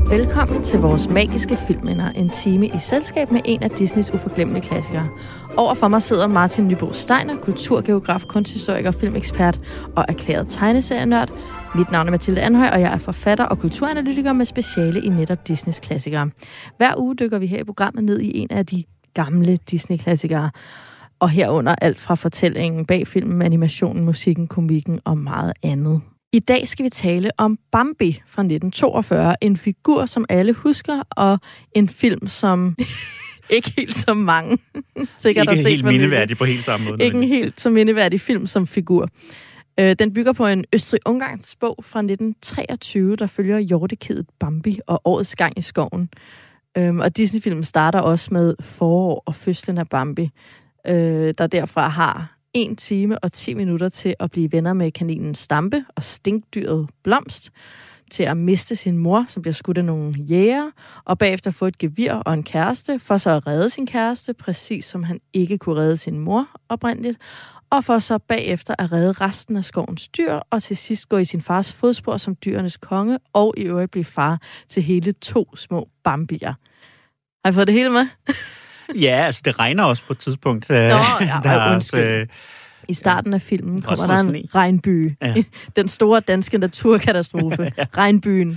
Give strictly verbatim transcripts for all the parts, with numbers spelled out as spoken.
Velkommen til vores magiske filmminder, en time i selskab med en af Disneys uforglemmelige klassikere. Overfor mig sidder Martin Nybo Steiner, kulturgeograf, kunsthistoriker, filmekspert og erklæret tegneserienørd. Mit navn er Mathilde Anhøj, og jeg er forfatter og kulturanalytiker med speciale i netop Disneys klassikere. Hver uge dykker vi her i programmet ned i en af de gamle Disney-klassikere. Og herunder alt fra fortællingen bag filmen, animationen, musikken, komikken og meget andet. I dag skal vi tale om Bambi fra nitten toogfyrre, en figur, som alle husker, og en film, som ikke helt så mange sikkert ikke har set. Ikke helt mindeværdig på helt samme måde. Ikke en helt så mindeværdig film som figur. Den bygger på en østrig-ungarsk bog fra nitten treogtyve, der følger hjortekidet Bambi og årets gang i skoven. Og Disney-filmen starter også med forår og fødslen af Bambi, der derfra har en time og ti minutter til at blive venner med kaninen Stampe og stinkdyret Blomst, til at miste sin mor, som bliver skudt af nogle jæger, og bagefter få et gevir og en kæreste, for så at redde sin kæreste, præcis som han ikke kunne redde sin mor oprindeligt, og for så bagefter at redde resten af skovens dyr, og til sidst gå i sin fars fodspor som dyrenes konge, og i øvrigt blive far til hele to små Bambier. Har I fået det hele med? Ja, altså det regner også på et tidspunkt. Nå, ja, der undskyld. Også, øh, I starten af filmen kommer der en regnby. Ja. Den store danske naturkatastrofe. Ja. Regnbyen.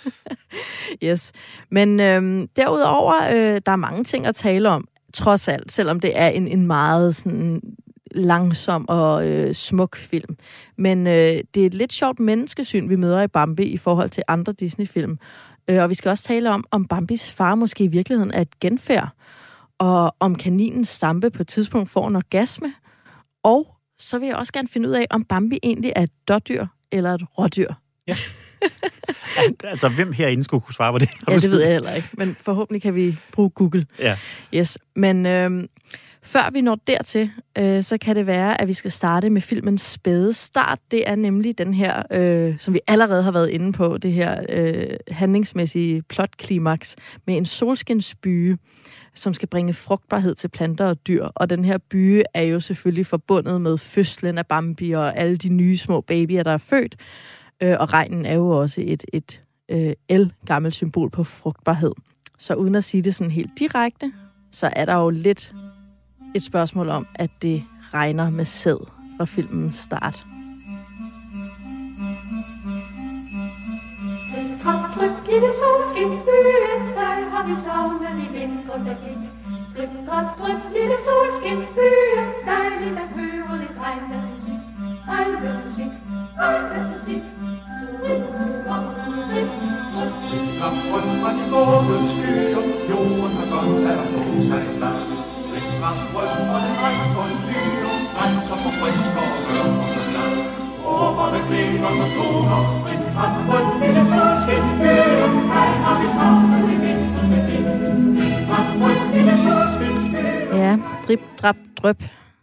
Yes. Men øhm, derudover, øh, der er mange ting at tale om, trods alt, selvom det er en, en meget sådan langsom og øh, smuk film. Men øh, det er et lidt sjovt menneskesyn, vi møder i Bambi i forhold til andre Disney-film. Øh, og vi skal også tale om, om Bambis far måske i virkeligheden er et genfærd, og om kaninen Stampe på et tidspunkt får en orgasme. Og så vil jeg også gerne finde ud af, om Bambi egentlig er et dårdyr eller et rådyr. Ja. Altså, hvem herinde skulle kunne svare på det? Ja, det ved jeg heller ikke, men forhåbentlig kan vi bruge Google. Ja. Yes, men øhm, før vi når dertil, øh, så kan det være, at vi skal starte med filmens spæde start. Det er nemlig den her, øh, som vi allerede har været inde på, det her øh, handlingsmæssige plotklimaks med en solskinsbyge, som skal bringe frugtbarhed til planter og dyr. Og den her byge er jo selvfølgelig forbundet med fødslen af Bambi og alle de nye små babyer, der er født. Øh, og regnen er jo også et, et øh, el-gammelt symbol på frugtbarhed. Så uden at sige det sådan helt direkte, så er der jo lidt et spørgsmål om, at det regner med sæd fra filmens start. Tryk i det solskinsbye, dig har vi savnet i vinter, der gik. Tryk og tryk i det solskinsbye, dejligt at høre lidt regnværsmusik. Regnværsmusik, regnværsmusik. Tryk og tryk og tryk. Kom rundt fra de vågens skyer, jorden har godt af at få sig plads. Tryk og tryk og den regn på en byer, regn som på frisk og gør og så glad. Over med klæder og toner, tryk og tryk i det solskinsbye, dig har vi savnet i vinter, der gik. Tryk og tryk i det solskinsbye. Ja, drip, drap, drøb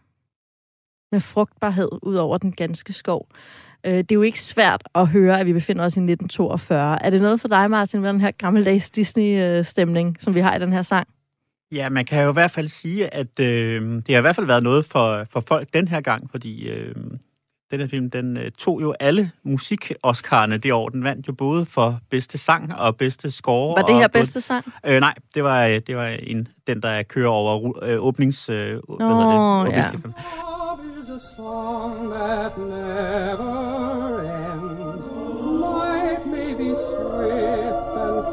med frugtbarhed ud over den ganske skov. Det er jo ikke svært at høre, at vi befinder os i nitten toogfyrre. Er det noget for dig, Martin, med den her gammeldags Disney-stemning, som vi har i den her sang? Ja, man kan jo i hvert fald sige, at øh, det har i hvert fald været noget for, for folk den her gang, fordi øh, den her film, den øh, tog jo alle musik-Oscar'erne det år. Den vandt jo både for bedste sang og bedste score. Var det her og bedste både, sang? Øh, nej, det var, det var en, den, der kører over øh, åbnings... Øh, Nå, hvad hedder det? ja. Is a song that never ends. Life may be swift and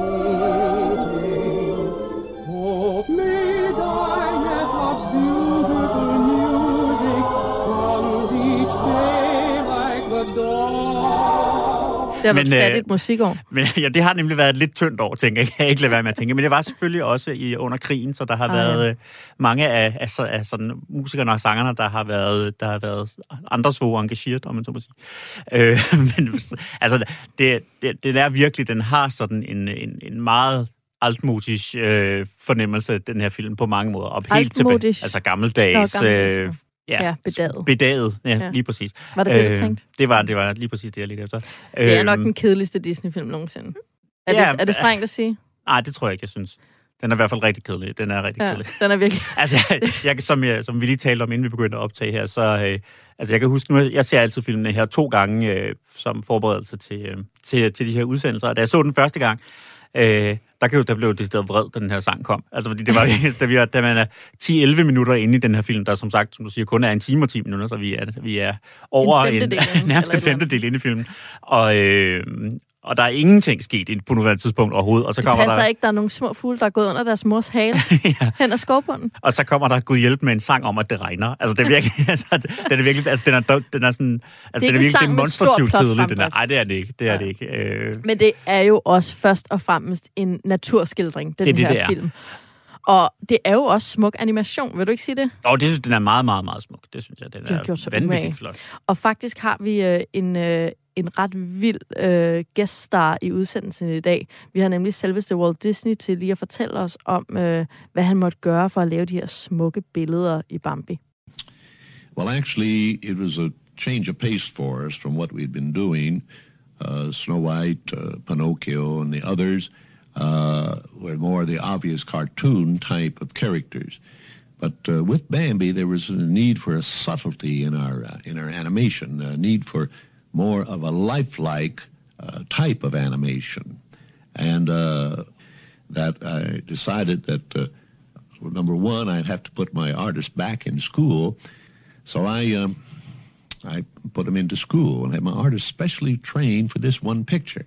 fleeting. Hope may die, yet love's beautiful music comes each day like the dawn. Det har været Men, fattigt musikår. Men, ja, det har nemlig været et lidt tyndt år, tænker jeg. Jeg kan ikke lade være med at tænke. Men det var selvfølgelig også i, under krigen, så der har ah, været ja. mange af, af, af sådan, musikerne og sangerne, der har været, der har været andre så engageret, om man så må sige. Øh, men altså, det, det, det er virkelig, den har sådan en, en, en meget altmodisk øh, fornemmelse, den her film, på mange måder. Op helt tilbage. Altså gammeldags... Nå, gammeldags øh, Ja, ja, bedaget. Bedaget, ja, ja, lige præcis. Var det det, du tænkte? Det var, det var lige præcis det, jeg lige efter. Det er nok den kedeligste Disney-film nogensinde. Er, ja, det, er det strengt at sige? Nej, det tror jeg ikke, jeg synes. Den er i hvert fald rigtig kedelig. Den er rigtig ja, kedelig. Den er virkelig... altså, jeg, jeg, som, jeg, som vi lige talte om, inden vi begyndte at optage her, så... Øh, altså, jeg kan huske nu, jeg ser altid filmene her to gange øh, som forberedelse til, øh, til, til de her udsendelser. Og da jeg så den første gang, Øh, der, kan jo, der blev jo decideret vred, da den her sang kom. Altså, fordi det var da, vi er, da man er ti til elleve minutter inde i den her film, der som sagt, som du siger, kun er en time og ti minutter, så vi er, vi er over en, en, en nærmest en femtedel inde i filmen. Og, øh, og der er ingenting sket på nuværende tidspunkt overhovedet. Og så det kommer passer der... ikke, der er nogle små fugle, der er gået under deres mors hale ja. hen ad skovbunden. Og så kommer der Gud hjælp med en sang om, at det regner. Altså, det er virkelig... altså, den er virkelig... Altså, den er, den er sådan... Altså, det er den er virkelig demonstrativt kedelig, den er. Nej, det er det ikke. Det er ja. det ikke. Øh... Men det er jo også først og fremmest en naturskildring, den det, her det, det film. Og det er jo også smuk animation, vil du ikke sige det? Og det synes den er meget, meget, meget smuk. Det synes jeg, den de er vanvittigt flot. Og faktisk har vi øh, en, øh, en ret vild øh, gæststar i udsendelsen i dag. Vi har nemlig selveste Walt Disney til lige at fortælle os om, øh, hvad han måtte gøre for at lave de her smukke billeder i Bambi. Well, actually, it was a change of pace for us from what we'd been doing. Uh, Snow White, uh, Pinocchio, and the others. Uh, were more the obvious cartoon type of characters, but uh, with Bambi there was a need for a subtlety in our uh, in our animation, a need for more of a lifelike uh, type of animation, and uh, that I decided that uh, number one I'd have to put my artists back in school, so I um, I put them into school and had my artists specially trained for this one picture.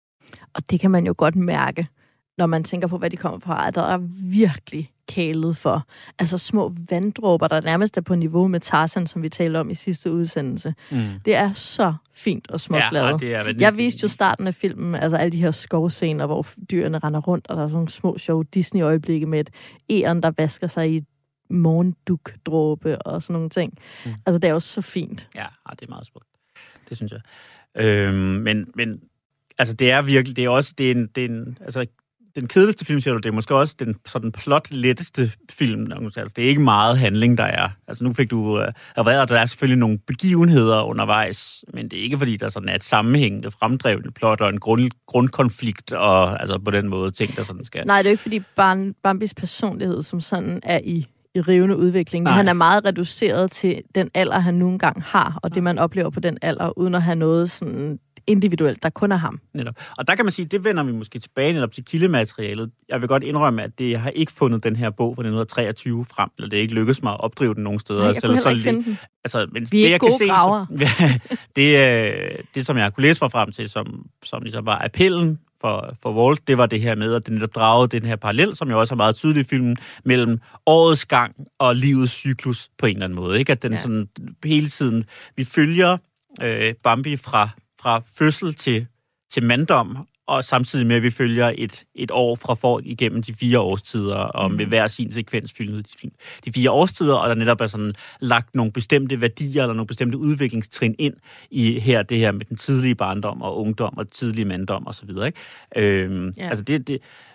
Og det kan man jo godt mærke, når man tænker på, hvad de kommer fra, at der er virkelig kælet for. Altså små vanddråber, der nærmest er på niveau med Tarzan, som vi talte om i sidste udsendelse. Mm. Det er så fint og smukt lavet. Ja, det er jeg viste jo starten af filmen, altså alle de her skovscener, hvor dyrene render rundt, og der er sådan nogle små sjove Disney-øjeblikke med et æren, der vasker sig i et morgenduk-dråbe og sådan nogle ting. Mm. Altså det er jo så fint. Ja, det er meget smukt. Det synes jeg. Øhm, men, men altså, det er virkelig, det er også, det er en, det er en altså, den kedeligste film, siger du, det er måske også den sådan plot-letteste film. Altså, det er ikke meget handling, der er. Altså, nu fik du uh, erværet, der er selvfølgelig nogle begivenheder undervejs, men det er ikke, fordi der sådan er et sammenhængende, fremdrevne plot og en grund, grundkonflikt, og altså på den måde ting, der sådan skal... Nej, det er jo ikke, fordi Bar- Bambis personlighed som sådan er i, i rivende udvikling. Men han er meget reduceret til den alder, han nu engang har, og det, man oplever på den alder, uden at have noget sådan individuelt, der kun er ham. Netop. Og der kan man sige, det vender vi måske tilbage netop til kildematerialet. Jeg vil godt indrømme, at det, jeg har ikke fundet den her bog fra nitten treogtyve frem, eller det er ikke lykkedes mig at opdrive den nogen steder. Nej, jeg kunne heller ikke finde den. Altså, men vi er det, jeg gode kan graver. Se, det, det, som jeg har kunne læse mig frem til, som, som ligesom var appellen for, for Walt, det var det her med, at det netop dragede den her parallel, som jo også er meget tydelig i filmen, mellem årets gang og livets cyklus på en eller anden måde. Ikke? At den ja. sådan hele tiden, vi følger øh, Bambi fra fra fødsel til, til manddom, og samtidig med, at vi følger et, et år fra for igennem de fire årstider, og med hver sin sekvens fyldet de, de fire årstider, og der netop er sådan lagt nogle bestemte værdier, eller nogle bestemte udviklingstrin ind i her, det her med den tidlige barndom og ungdom, og tidlige manddom, og så videre, ikke? Øhm, ja. Altså det, det,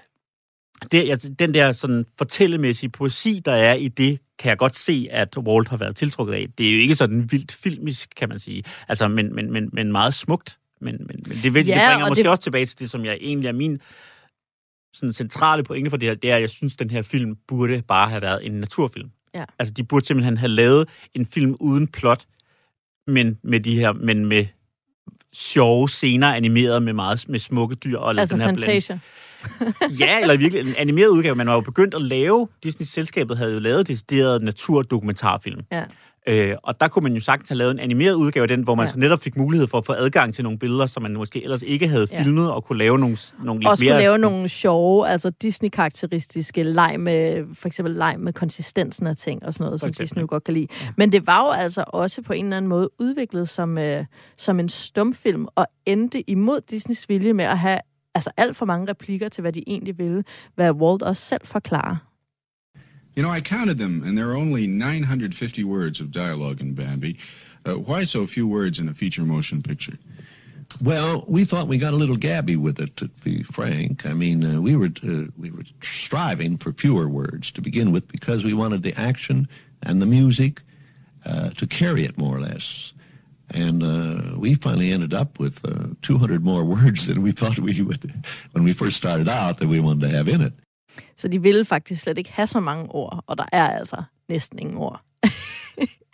det, altså, den der sådan fortællemæssige poesi, der er i det, kan jeg godt se, at Walt har været tiltrukket af. Det er jo ikke sådan vildt filmisk, kan man sige. Altså, men, men, men, men meget smukt. Men, men, men det, vil, ja, det bringer måske det... også tilbage til det, som jeg egentlig er min sådan centrale pointe for det her, det er, at jeg synes, at den her film burde bare have været en naturfilm. Ja. Altså, de burde simpelthen have lavet en film uden plot, men med de her, men med sjove scener animeret med meget med smukke dyr og altså den her Fantasia. Ja, eller virkelig en animeret udgave. Man var jo begyndt at lave, Disney-selskabet havde jo lavet decideret naturdokumentarfilm. Ja. Øh, og der kunne man jo sagtens have lavet en animeret udgave af den, hvor man ja. så netop fik mulighed for at få adgang til nogle billeder, som man måske ellers ikke havde ja. filmet, og kunne lave nogle, nogle lidt og mere... Og skulle lave nogle sjove, altså Disney-karakteristiske leg med, for eksempel leg med konsistensen af ting og sådan noget, som Disney jo godt kan lide. Ja. Men det var jo altså også på en eller anden måde udviklet som, øh, som en stumfilm, og endte imod Disneys vilje med at have altså alt for mange replikker til, hvad de egentlig ville, hvad Walt også selv forklarer. You know, I counted them, and there are only nine hundred fifty words of dialogue in Bambi. Uh, why so few words in a feature motion picture? Well, we thought we got a little gabby with it, to be frank. I mean, uh, we were uh, we were striving for fewer words to begin with because we wanted the action and the music uh, to carry it more or less. And uh, we finally ended up with uh, two hundred more words than we thought we would when we first started out that we wanted to have in it. Så de ville faktisk slet ikke have så mange ord, og der er altså næsten ingen ord.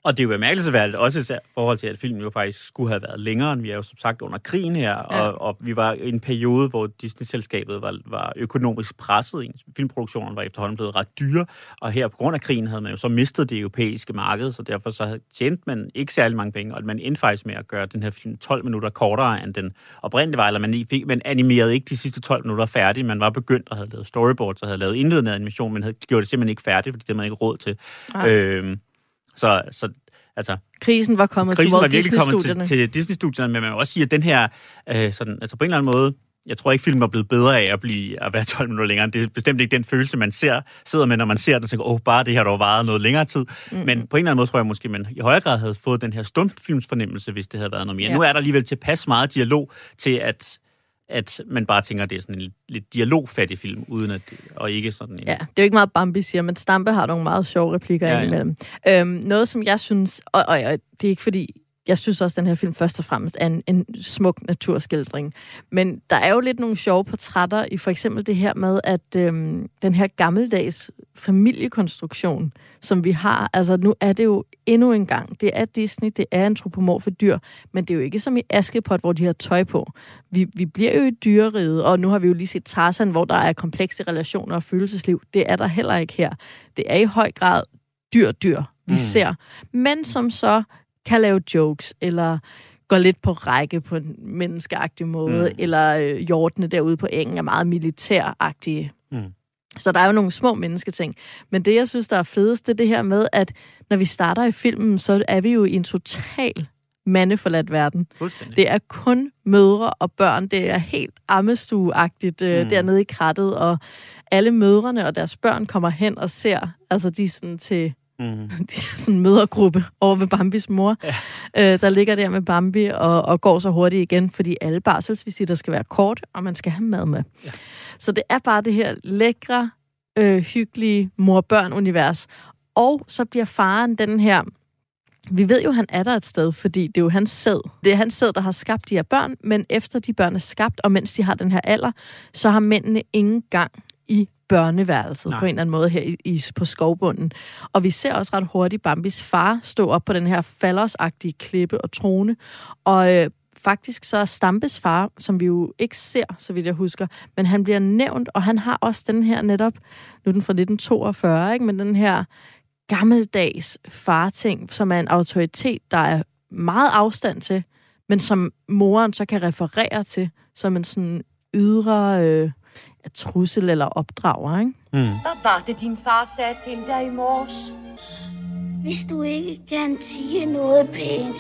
Og det er jo bemærkelsesværdigt, også i forhold til, at filmen jo faktisk skulle have været længere, end vi er jo som sagt under krigen her, ja. og, og vi var i en periode, hvor Disney-selskabet var, var økonomisk presset. Filmproduktionen var efterhånden blevet ret dyre, og her på grund af krigen havde man jo så mistet det europæiske marked, så derfor så tjente man ikke særlig mange penge, og man endte faktisk med at gøre den her film tolv minutter kortere, end den oprindelige var, eller man, fik, man animerede ikke de sidste tolv minutter færdige, man var begyndt og havde lavet storyboards og havde lavet indledende animation, men havde gjort det simpelthen ikke færdigt, fordi det havde man ikke råd til. Øhm, Så, så altså... Krisen var kommet krisen til var virkelig kommet Disney-studierne. til, til Disney-studierne, men man må også sige, at den her, øh, sådan, altså på en eller anden måde, jeg tror ikke, filmen er blevet bedre af at, blive, at være tolv minutter længere. Det er bestemt ikke den følelse, man ser, sidder med, når man ser den og tænker, åh, oh, bare det her dog varet noget længere tid. Mm-hmm. Men på en eller anden måde tror jeg måske, man i højere grad havde fået den her stumfilmsfornemmelse, hvis det havde været noget mere. Ja. Nu er der alligevel tilpas meget dialog til, at at man bare tænker, at det er sådan en lidt, lidt dialogfattig film, uden at, og ikke sådan en... Ja, det er jo ikke meget Bambi siger, men Stampe har nogle meget sjove replikker ja, ja. indimellem. Øhm, noget, som jeg synes, og, og, og det er ikke fordi, jeg synes også, at den her film først og fremmest er en, en smuk naturskildring. Men der er jo lidt nogle sjove portrætter i for eksempel det her med, at øhm, den her gammeldags familiekonstruktion, som vi har, altså nu er det jo endnu en gang, det er Disney, det er antropomorfe dyr, men det er jo ikke som i Askepot, hvor de har tøj på. Vi, vi bliver jo i dyreriget, og nu har vi jo lige set Tarzan, hvor der er komplekse relationer og følelsesliv. Det er der heller ikke her. Det er i høj grad dyr-dyr, vi mm. ser, men som så kan lave jokes, eller går lidt på række på en menneskeagtig måde, mm. eller øh, hjortene derude på engen er meget militæragtige. Mm. Så der er jo nogle små mennesketing. Men det, jeg synes, der er fedest, det er det her med, at når vi starter i filmen, så er vi jo i en total mandeforladt verden. Det er kun mødre og børn. Det er helt ammestueagtigt øh, mm. dernede i krattet, og alle mødrene og deres børn kommer hen og ser, altså de er sådan til... Mm. De er sådan en mødergruppe over ved Bambis mor, ja. øh, der ligger der med Bambi og, og går så hurtigt igen, fordi alle barselsvisitter skal være kort, og man skal have mad med. Ja. Så det er bare det her lækre, øh, hyggelige mor-børn-univers. Og så bliver faren den her... Vi ved jo, han er der et sted, fordi det er jo hans sæd. Det er hans sæd, der har skabt de her børn, men efter de børn er skabt, og mens de har den her alder, så har mændene ingen gang i børneværelset Nej. på en eller anden måde her i, i, på skovbunden. Og vi ser også ret hurtigt Bambis far stå op på den her faldersagtige klippe og trone. Og øh, faktisk så er Stampes far, som vi jo ikke ser, så vidt jeg husker, men han bliver nævnt, og han har også den her netop, nu er den fra nitten toogfyrre, ikke, men den her gammeldags farting, som er en autoritet, der er meget afstand til, men som moren så kan referere til, som en sådan ydre... Øh, trussel eller opdrager, ikke? Mm. Hvad var det, din far sagde til dig i morges? Hvis du ikke kan sige noget pænt,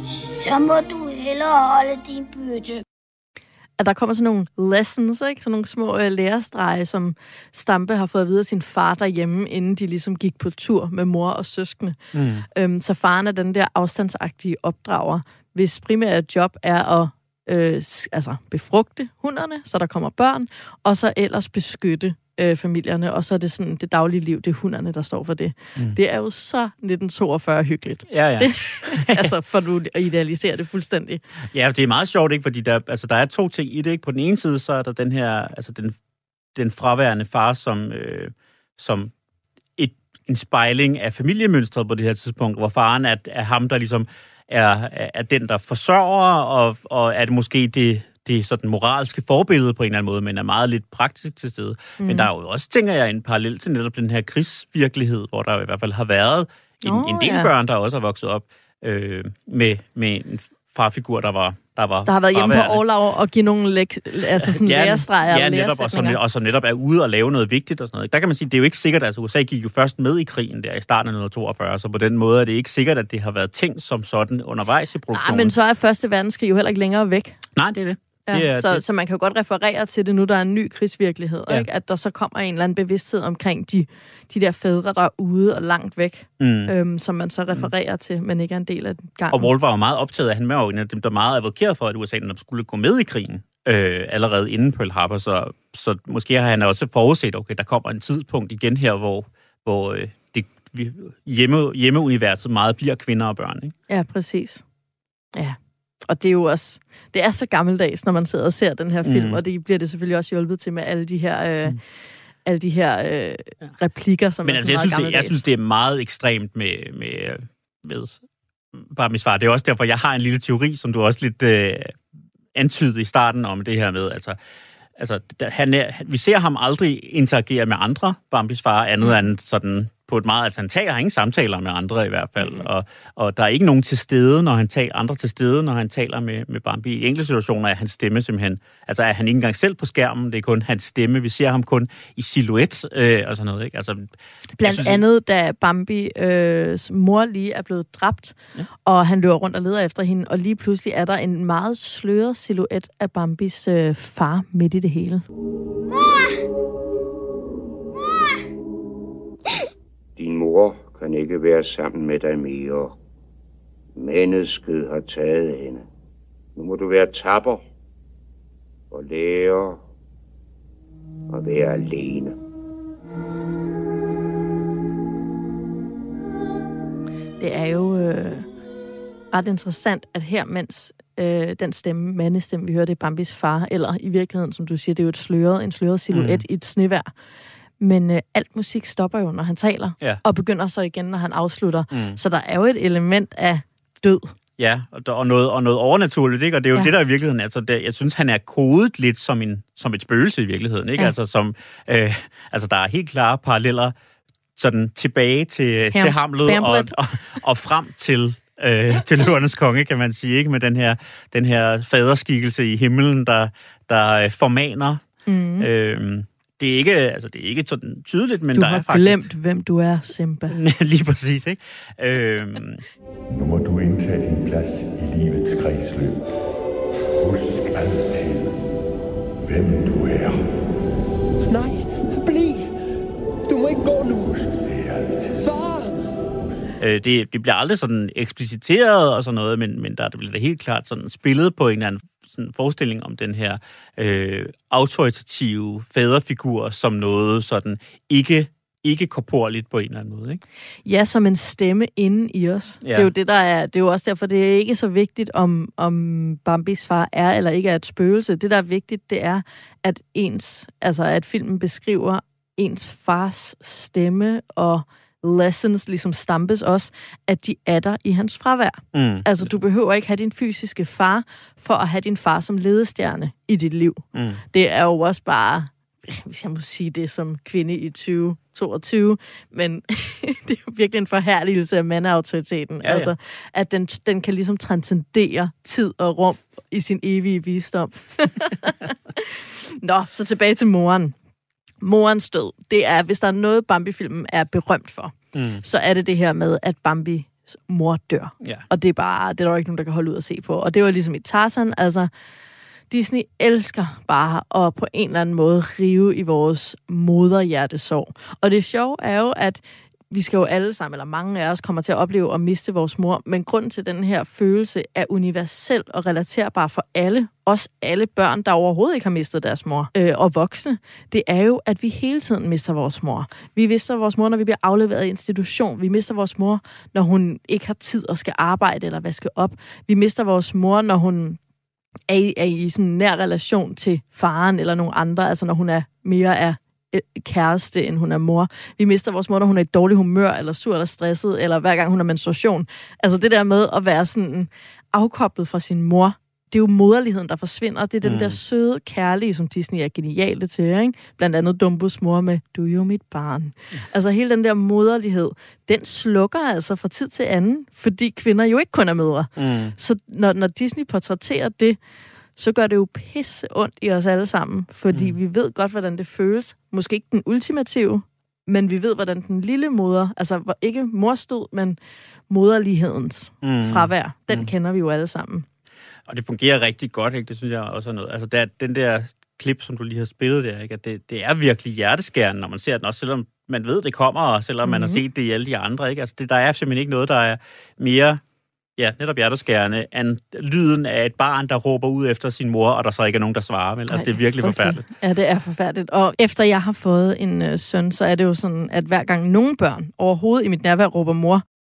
så må du hellere holde din byrde. At der kommer sådan nogle lessons, ikke? Sådan nogle små øh, lærestreger, som Stampe har fået at vide af sin far derhjemme, inden de ligesom gik på tur med mor og søskende. Mm. Øhm, så faren er den der afstandsagtige opdrager, hvis primære job er at Øh, altså befrugte hunderne, så der kommer børn, og så ellers beskytte øh, familierne, og så er det sådan det daglige liv, det er hunderne, der står for det. Mm. Det er jo så nitten toogfyrre hyggeligt. Ja, ja. Det, altså, for du idealiserer det fuldstændig. Ja, det er meget sjovt, ikke? Fordi der, altså, der er to ting i det, ikke? På den ene side, så er der den her, altså den, den fraværende far, som, øh, som et, en spejling af familiemønstret på det her tidspunkt, hvor faren er, er ham, der ligesom Er, er den, der forsørger, og, og er det måske det, det sådan moralske forbillede på en eller anden måde, men er meget lidt praktisk til stede. Mm. Men der er jo også, tænker jeg, en parallel til netop den her krigsvirkelighed, hvor der jo i hvert fald har været en, oh, en del ja. børn, der også har vokset op øh, med, med en farfigur, der var der var Der har været hjemme på overlov og give nogle lek- altså sådan ja, lærestreger ja, og netop, og, som, og som netop er ude og lave noget vigtigt og sådan noget. Der kan man sige, det er jo ikke sikkert, at altså U S A gik jo først med i krigen der i starten af nitten toogfyrre, så på den måde er det ikke sikkert, at det har været ting som sådan undervejs i produktionen. Nej, men så er første verdenskrig jo heller ikke længere væk. Nej, det er det. Ja, det er, så, det. så man kan jo godt referere til det nu, der er en ny krigsvirkelighed, ja. ikke? At der så kommer en eller anden bevidsthed omkring de, de der fædre, der er ude og langt væk, mm. øhm, som man så refererer mm. til, men ikke er en del af gangen. Og Walt var jo meget optaget af, han var jo en af dem, der meget advokerede for, at U S A skulle gå med i krigen, øh, allerede inden Pearl Harbor, så, så måske har han også forudset, okay, der kommer en tidspunkt igen her, hvor, hvor øh, det, hjemme, hjemmeuniverset meget bliver kvinder og børn, ikke? Ja, præcis. Ja. Og det er jo også, det er så gammeldags, når man sidder og ser den her film, mm. og det bliver det selvfølgelig også hjulpet til med alle de her, øh, mm. alle de her øh, replikker, som Men er altså, så jeg meget synes, gammeldags. det, jeg synes, det er meget ekstremt med, med, med Bambis far. Det er også derfor, jeg har en lille teori, som du også lidt øh, antydede i starten om det her med, altså, altså han er, vi ser ham aldrig interagere med andre, Bambis far, andet mm. end sådan på et meget, altså han tager ingen samtaler med andre i hvert fald, mm. og, og der er ikke nogen til stede, når han taler, andre til stede, når han taler med, med Bambi. I enkelte situationer er hans stemme simpelthen, altså er han ikke engang selv på skærmen, det er kun hans stemme, vi ser ham kun i silhuet øh, og sådan noget, ikke? Altså, Blandt synes, andet, da Bambi øh, mor lige er blevet dræbt, ja. og han løber rundt og leder efter hende, og lige pludselig er der en meget sløret silhuet af Bambis øh, far midt i det hele. Mor! Mor! Din mor kan ikke være sammen med dig mere. Mennesket har taget hende. Nu må du være tapper og lære at være alene. Det er jo øh, ret interessant, at her, mens øh, den stemme, mandestemme, vi hører, det er Bambis far, eller i virkeligheden, som du siger, det er jo et sløret, en sløret silhuet mm. i et snevejr. Men øh, alt musik stopper jo, når han taler, ja. og begynder så igen, når han afslutter. Mm. Så der er jo et element af død. Ja, og, der, og, noget, og noget overnaturligt, ikke? Og det er jo ja. det, der i virkeligheden, altså, det, jeg synes, han er kodet lidt som, en, som et spøgelse i virkeligheden, ikke? Ja. Altså, som, øh, altså, der er helt klare paralleller sådan tilbage til, til Hamlet og, og, og frem til... Øh, til løvernes konge, kan man sige, ikke? Med den her, den her faderskikkelse i himlen, der, der formaner. Mm. Øh, det er ikke, altså det er ikke sådan tydeligt, men du der er faktisk... Du har glemt, hvem du er, Simba. Lige præcis, ikke? Øh, nu må du indtage din plads i livets kredsløb. Husk altid, hvem du er. Nej, bliv! Du må ikke gå nu. Husk det altid. Far! Det, det bliver aldrig sådan ekspliciteret og sådan noget, men, men der bliver det helt klart sådan spillet på en eller anden sådan forestilling om den her øh, autoritative faderfigur som noget sådan ikke, ikke korporligt på en eller anden måde, ikke? Ja, som en stemme inde i os. Ja. Det er jo det, der er, det er jo også derfor, det er ikke så vigtigt, om, om Bambis far er eller ikke er et spøgelse. Det, der er vigtigt, det er, at ens, altså at filmen beskriver ens fars stemme og lessons ligesom stampes også, at de er der i hans fravær. Mm. Altså, du behøver ikke have din fysiske far, for at have din far som ledestjerne i dit liv. Mm. Det er jo også bare, hvis jeg må sige det som kvinde i tyve toogtyve, men det er jo virkelig en forherligelse af mandeautoriteten. Ja, ja. Altså, at den, den kan ligesom transcendere tid og rum i sin evige visdom. Nå, så tilbage til moren. Morens død, det er, hvis der er noget, Bambi-filmen er berømt for, mm. så er det det her med, at Bambis mor dør. Yeah. Og det er bare, det er der jo ikke nogen, der kan holde ud og se på. Og det var ligesom i Tarzan, altså, Disney elsker bare at på en eller anden måde rive i vores moderhjertesorg. Og det sjove er jo, at vi skal jo alle sammen, eller mange af os, kommer til at opleve at miste vores mor, men grunden til den her følelse er universel og relaterbar for alle, også alle børn, der overhovedet ikke har mistet deres mor, øh, og voksne, det er jo, at vi hele tiden mister vores mor. Vi mister vores mor, når vi bliver afleveret i institution. Vi mister vores mor, når hun ikke har tid og skal arbejde eller vaske op. Vi mister vores mor, når hun er i, er i sådan en nær relation til faren eller nogle andre, altså når hun er mere af kæreste, end hun er mor. Vi mister vores mor, når hun er i dårlig humør, eller sur eller stresset, eller hver gang hun har menstruation. Altså det der med at være sådan afkoblet fra sin mor, det er jo moderligheden, der forsvinder. Det er den mm. der søde, kærlige, som Disney er geniale til, ikke? Blandt andet Dumbos mor med, du er jo mit barn. Mm. Altså hele den der moderlighed, den slukker altså fra tid til anden, fordi kvinder jo ikke kun er mødre. Mm. Så når, når Disney portrætterer det, så gør det jo pisse ondt i os alle sammen, fordi mm. vi ved godt, hvordan det føles. Måske ikke den ultimative, men vi ved, hvordan den lille moder, altså ikke morstød, men moderlighedens mm. fravær, den mm. kender vi jo alle sammen. Og det fungerer rigtig godt, ikke? Det synes jeg også er noget. Altså der, den der klip, som du lige har spillet der, ikke? At det, det er virkelig hjerteskærende, når man ser den, også selvom man ved, det kommer, og selvom mm-hmm. man har set det i alle de andre, ikke? Altså det, der er simpelthen ikke noget, der er mere... Ja, netop hjerteskærende, end lyden af et barn, der råber ud efter sin mor, og der så ikke er nogen, der svarer. Vel? Altså, det er virkelig forfærdeligt. Ja, det er forfærdeligt. Og efter jeg har fået en øh, søn, så er det jo sådan, at hver gang nogen børn overhovedet i mit nærvær råber mor,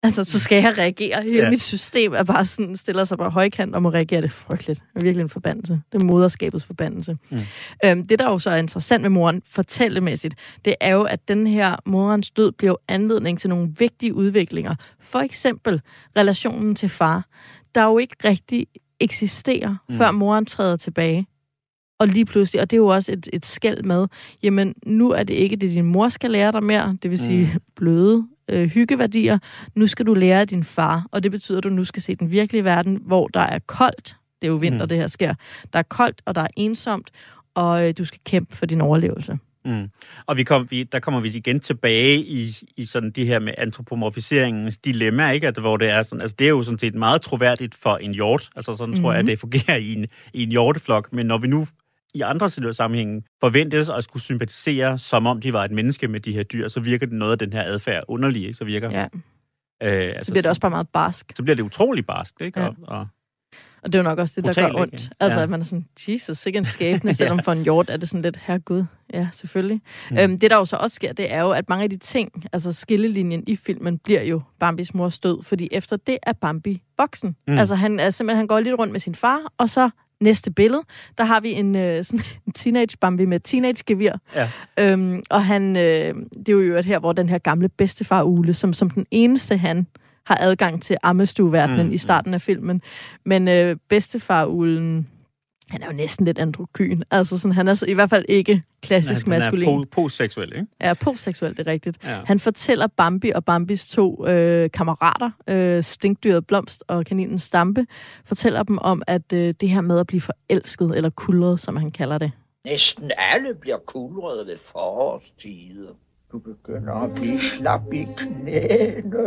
Altså, så skal jeg reagere. Hele Ja. mit system er bare sådan, stiller sig på højkant og må reagere. Det er frygteligt. Det er virkelig en forbandelse. Det er moderskabets forbandelse. Mm. Øhm, det, der jo så er interessant med moren, fortællemæssigt, det er jo, at den her morens død bliver jo anledning til nogle vigtige udviklinger. For eksempel relationen til far, der jo ikke rigtig eksisterer, mm. før moren træder tilbage. Og lige pludselig, og det er jo også et, et skel med, jamen nu er det ikke det, din mor skal lære dig mere, det vil sige mm. bløde øh, hyggeværdier. Nu skal du lære af din far, og det betyder, at du nu skal se den virkelige verden, hvor der er koldt. Det er jo vinter, mm. det her sker. Der er koldt, og der er ensomt, og øh, du skal kæmpe for din overlevelse. Mm. Og vi kom, vi, der kommer vi igen tilbage i, i sådan det her med antropomorfiseringens dilemma, ikke? At, hvor det er sådan, altså det er jo sådan set meget troværdigt for en hjort. Altså sådan mm-hmm. tror jeg, at det fungerer i en, i en hjorteflok. Men når vi nu i andre sammenhænge forventes at skulle sympatisere, som om de var et menneske med de her dyr, så virker det noget af den her adfærd underlig, ikke? Så virker ja. øh, altså, så bliver det også bare meget barsk. Så bliver det utrolig barsk, ikke? Ja. Og, og Og det er jo nok også det, brutal, der gør ondt. ikke? Altså, Ja. at man er sådan, Jesus, sikkert en skæbne, selvom Ja. for en hjort er det sådan lidt, herregud, ja, selvfølgelig. Mm. Øhm, det, der jo så også sker, det er jo, at mange af de ting, altså skillelinjen i filmen, bliver jo Bambis mors død, fordi efter det er Bambi voksen. Mm. Altså, han er simpelthen, han går lidt rundt med sin far, og så næste billede, der har vi en, øh, sådan en teenage-Bambi med teenage-gevir. Ja. Øhm, og han, øh, det er jo jo her, hvor den her gamle bedstefar-Ule, som, som den eneste han har adgang til ammestueverdenen mm, i starten af filmen. Men øh, bedstefar-Ulen, han er jo næsten lidt androgyn. Altså sådan, han er så, i hvert fald ikke klassisk han, maskulin. Han er po- postseksuel, ikke? Ja, postseksuel, det er rigtigt. Ja. Han fortæller Bambi og Bambis to øh, kammerater, øh, stinkdyret Blomst og kaninen Stampe, fortæller dem om, at øh, det her med at blive forelsket, eller kuldret, som han kalder det. Næsten alle bliver kuldret ved forårstider. Du begynder at blive slap i knæene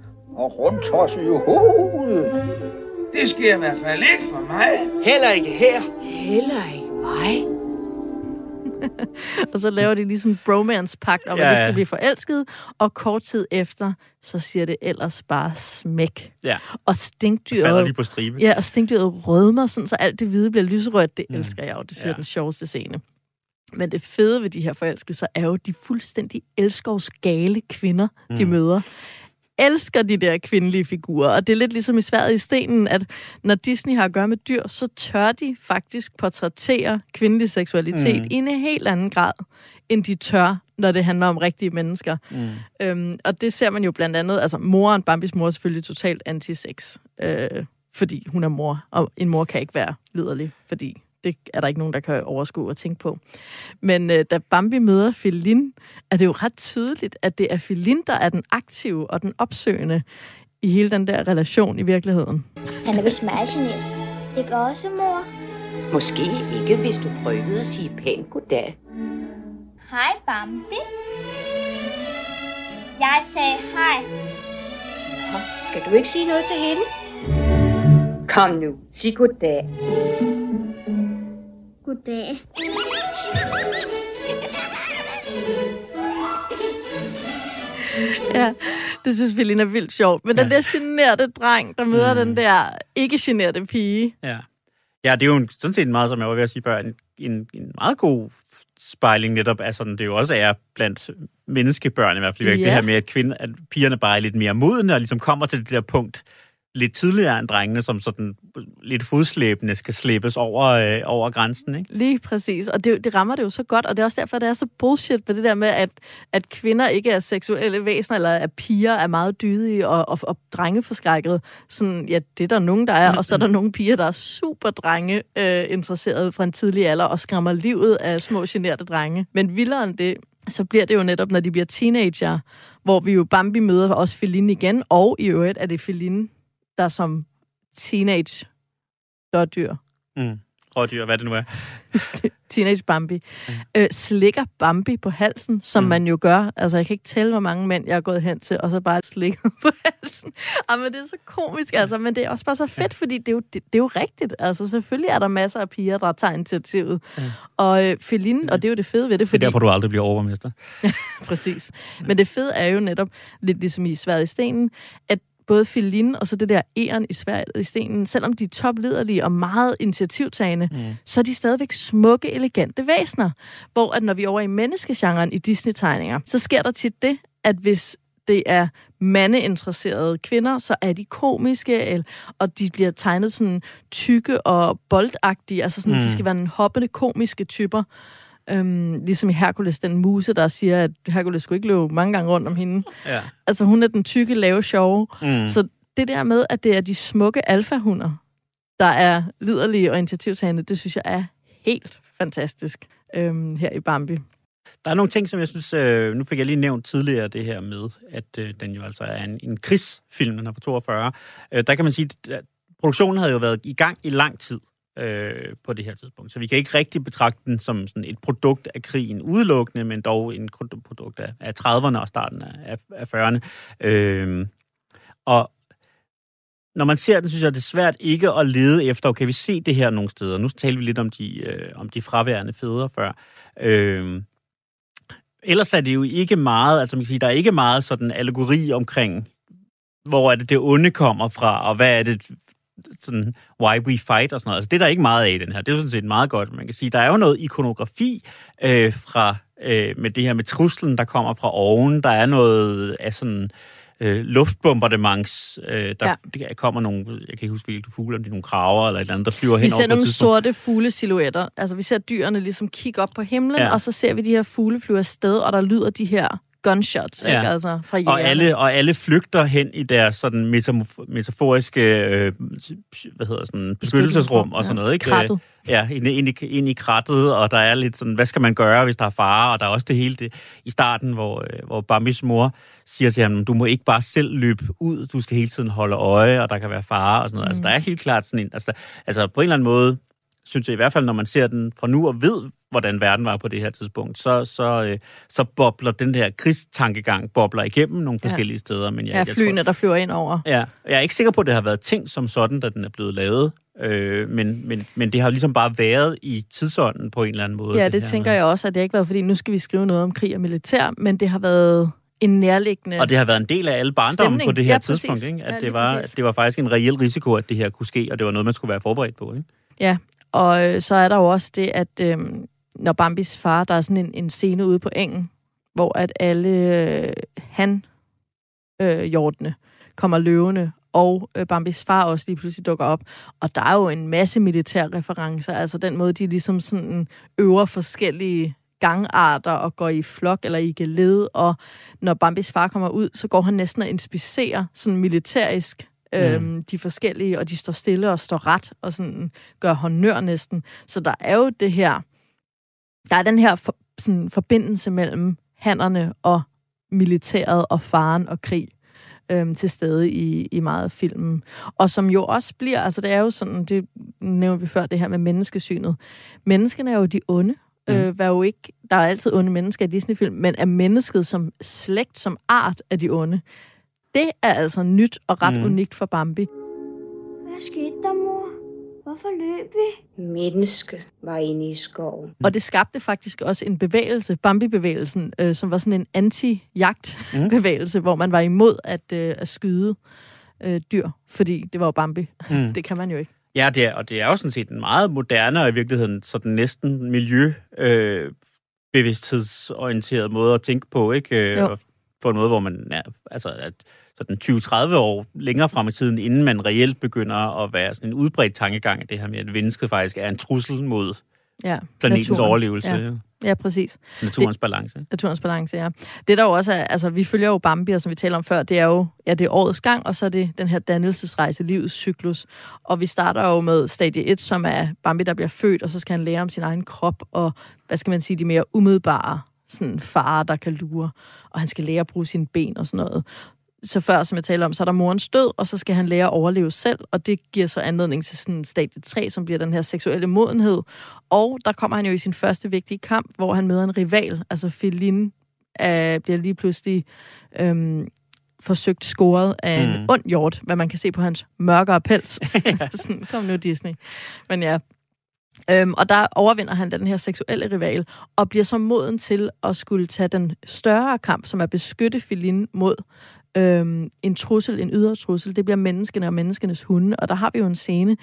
og rundtosset i hovedet. Det sker i hvert fald ikke for mig. Heller ikke her. Heller ikke mig. Og så laver de lige sådan en bromance-pagt om, Ja, at de ja. skal blive forelsket, og kort tid efter, så siger det ellers bare smæk. Ja. Og stinkdyret... Falder lige på stribe. Ja, og stinkdyret rødmer, sådan, så alt det hvide bliver lyserødt. Det Mm. elsker jeg jo. Det synes jeg Ja. er den sjoveste scene. Men det fede ved de her forelskelser er jo de fuldstændig elskovsgale kvinder, mm. de møder. Elsker de der kvindelige figurer, og det er lidt ligesom i Sverige i stenen, at når Disney har at gøre med dyr, så tør de faktisk portrættere kvindelig seksualitet mm. i en helt anden grad, end de tør, når det handler om rigtige mennesker. Mm. Øhm, og det ser man jo blandt andet, altså moren, Bambis mor, er selvfølgelig totalt anti-sex, øh, fordi hun er mor, og en mor kan ikke være liderlig, fordi det er der ikke nogen, der kan overskue og tænke på. Men øh, da Bambi møder Feline, er det jo ret tydeligt, at det er Feline, der er den aktive og den opsøgende i hele den der relation i virkeligheden. Han er vist meget generet. Ikke også, mor? Måske ikke, hvis du prøvede at sige pænt goddag. Hej, Bambi. Jeg sagde hej. Nå, skal du ikke sige noget til hende? Kom nu, sig goddag. Goddag. Ja, det synes Feline er vildt sjovt. Men ja. den der generede dreng, der møder mm. den der ikke generede pige. Ja. Ja, det er jo en, sådan set meget, som jeg var ved at sige før, en, en, en meget god spejling netop af sådan, det jo også er blandt menneskebørn i hvert fald, ja. Det her med, at, kvinde, at pigerne bare er lidt mere modne, og ligesom kommer til det der punkt lidt tidligere end drengene, som sådan lidt fodslæbende skal slæbes over, øh, over grænsen, ikke? Lige præcis, og det, det rammer det jo så godt, og det er også derfor, det er så bullshit med det der med, at, at kvinder ikke er seksuelle væsener, eller at piger er meget dydige og, og, og drengeforskrækket. Sådan, ja, det er der nogen, der er, og så er der nogle piger, der er super drenge øh, interesseret fra en tidlig alder, og skræmmer livet af små generte drenge. Men vildere end det, så bliver det jo netop, når de bliver teenager, hvor vi jo Bambi møder også Feline igen, og i øvrigt er det Feline, der som teenage dårdyr. Mm. Rådyr, hvad det nu er. Teenage Bambi. Mm. Øh, slikker Bambi på halsen, som mm. man jo gør. Altså, jeg kan ikke tælle, hvor mange mænd jeg er gået hen til, og så bare slikket på halsen. Ah, men det er så komisk, altså. Men det er også bare så fedt, fordi det er jo, det, det er jo rigtigt. Altså, selvfølgelig er der masser af piger, der tager initiativet. Mm. Og øh, Feline, og det er jo det fede ved det, fordi... Det er derfor, du aldrig bliver overborgmester. Præcis. Men det fede er jo netop, lidt ligesom i Sverige i stenen, at både Feline og så det der æren i Sverige i stenen, selvom de er topliderlige og meget initiativtagende, mm. så er de stadigvæk smukke, elegante væsener. Hvor at når vi er over i menneskegenren i Disney-tegninger, så sker der tit det, at hvis det er mandeinteresserede kvinder, så er de komiske, og de bliver tegnet sådan tykke og boldagtige, altså sådan, mm. de skal være en hoppende komiske typer. Øhm, ligesom i Hercules, den muse, der siger, at Hercules skulle ikke løbe mange gange rundt om hende. Ja. Altså hun er den tykke, lave, sjove. Mm. Så det der med, at det er de smukke alfahunder, der er liderlige og initiativtagende, det synes jeg er helt fantastisk øhm, her i Bambi. Der er nogle ting, som jeg synes, øh, nu fik jeg lige nævnt tidligere det her med, at øh, den jo altså er en, en krigsfilm, den er fra toogfyrre. Øh, der kan man sige, at produktionen havde jo været i gang i lang tid øh, på det her tidspunkt, så vi kan ikke rigtig betragte den som sådan et produkt af krigen udelukkende, men dog en produkt af, af trediverne og starten af, af fyrrerne. Øh, og når man ser den, synes jeg, det er svært ikke at lede efter, okay, vi ser det her nogle steder. Nu taler vi lidt om de, øh, om de fraværende fædre før. Øh, ellers er det jo ikke meget, altså man kan sige, der er ikke meget sådan allegori omkring, hvor er det, det onde kommer fra, og hvad er det, sådan, why we fight og sådan noget. Altså det er der ikke meget af i den her. Det er jo sådan set meget godt. Man kan sige, der er jo noget ikonografi øh, fra, øh, med det her med truslen, der kommer fra oven. Der er noget af sådan øh, luftbombardements, øh, der, ja. der kommer nogle, jeg kan ikke huske, hvilke fugle, om det er nogle kraver eller et eller andet, der flyver hen over på Vi ser nogle tidspunkt. sorte fuglesilhuetter. Altså vi ser dyrene ligesom kigge op på himlen, ja. og så ser vi de her fugle flyve afsted, og der lyder de her gunshots, ja. ikke? Altså fra jægerne. Og alle, og alle flygter hen i deres sådan metamorf- metaforiske øh, hvad hedder sådan, beskyttelsesrum og sådan noget, ikke? Krattet. Ja, ind, ind, i, ind i krattet, og der er lidt sådan, hvad skal man gøre, hvis der er fare? Og der er også det hele det i starten, hvor, øh, hvor Bambis mor siger til ham, du må ikke bare selv løbe ud, du skal hele tiden holde øje, og der kan være fare og sådan noget. Mm. Altså, der er helt klart sådan en, altså, altså på en eller anden måde, synes jeg i hvert fald, når man ser den fra nu og ved, hvordan verden var på det her tidspunkt, så, så, øh, så bobler den der krigstankegang bobler igennem nogle forskellige ja. steder. Men jeg, ja, flyene, jeg tror, der flyver ind over. Ja, jeg er ikke sikker på, at det har været tænkt som sådan, da den er blevet lavet. Øh, men, men, men det har ligesom bare været i tidsånden på en eller anden måde. Ja, det, det tænker jeg også, at det ikke har været, fordi nu skal vi skrive noget om krig og militær, men det har været en nærliggende og det har været en del af alle barndommen på det her ja, tidspunkt, ikke? At ja, det, var, det var faktisk en reel risiko, at det her kunne ske, og det var noget, man skulle være forberedt på, ikke? Ja, og øh, så er der jo også det, at øh, når Bambis far, der er sådan en, en scene ude på engen, hvor at alle øh, han øh, hjortene kommer løvende, og øh, Bambis far også lige pludselig dukker op. Og der er jo en masse militære referencer, altså den måde, de ligesom sådan øver forskellige gangarter og går i flok eller i geled, og når Bambis far kommer ud, så går han næsten og inspicerer sådan militærisk øhm, mm. de forskellige, og de står stille og står ret, og sådan gør honør næsten. Så der er jo det her, der er den her for, sådan, forbindelse mellem hannerne og militæret og faren og krig øhm, til stede i, i meget af filmen. Og som jo også bliver, altså det er jo sådan, det nævnte vi før, det her med menneskesynet. Menneskene er jo de onde. Mm. Øh, jo ikke, der er altid onde mennesker i Disney-film, men er mennesket som slægt, som art af de onde. Det er altså nyt og ret mm. unikt for Bambi. Hvad skete der, mor? Hvorfor løb vi? Mennesket var inde i skoven. Og det skabte faktisk også en bevægelse, Bambi-bevægelsen, øh, som var sådan en anti-jagt-bevægelse, mm. hvor man var imod at, øh, at skyde øh, dyr, fordi det var jo Bambi. Mm. Det kan man jo ikke. Ja, det er, og det er jo sådan set en meget moderne og i virkeligheden sådan næsten miljøbevidsthedsorienteret øh, måde at tænke på, ikke? Øh, på en måde, hvor man ja, altså at sådan tyve til tredive år længere frem i tiden, inden man reelt begynder at være sådan en udbredt tankegang af det her med, at mennesket faktisk er en trussel mod ja, planetens naturen. overlevelse. Ja. Ja, præcis. Naturens det, balance. Naturens balance, ja. Det der jo også er, altså vi følger jo Bambi, og som vi taler om før, det er jo, ja, det er årets gang, og så er det den her dannelsesrejse, livets cyklus. Og vi starter jo med stadie et, som er Bambi, der bliver født, og så skal han lære om sin egen krop, og hvad skal man sige, de mere umiddelbare sådan farer, der kan lure, og han skal lære at bruge sine ben og sådan noget. Så før, som jeg taler om, så er der morens død, og så skal han lære at overleve selv, og det giver så anledning til sådan stadie tre, som bliver den her seksuelle modenhed. Og der kommer han jo i sin første vigtige kamp, hvor han møder en rival, altså Feline øh, bliver lige pludselig øh, forsøgt scoret af en mm. ond hjort, hvad man kan se på hans mørkere pels. Sådan, kom nu Disney. Men ja, Øhm, og der overvinder han den her seksuelle rival, og bliver så moden til at skulle tage den større kamp, som er at beskytte Feline mod øhm, en trussel, en ydre trussel. Det bliver menneskene og menneskenes hunde, og der har vi jo en scene,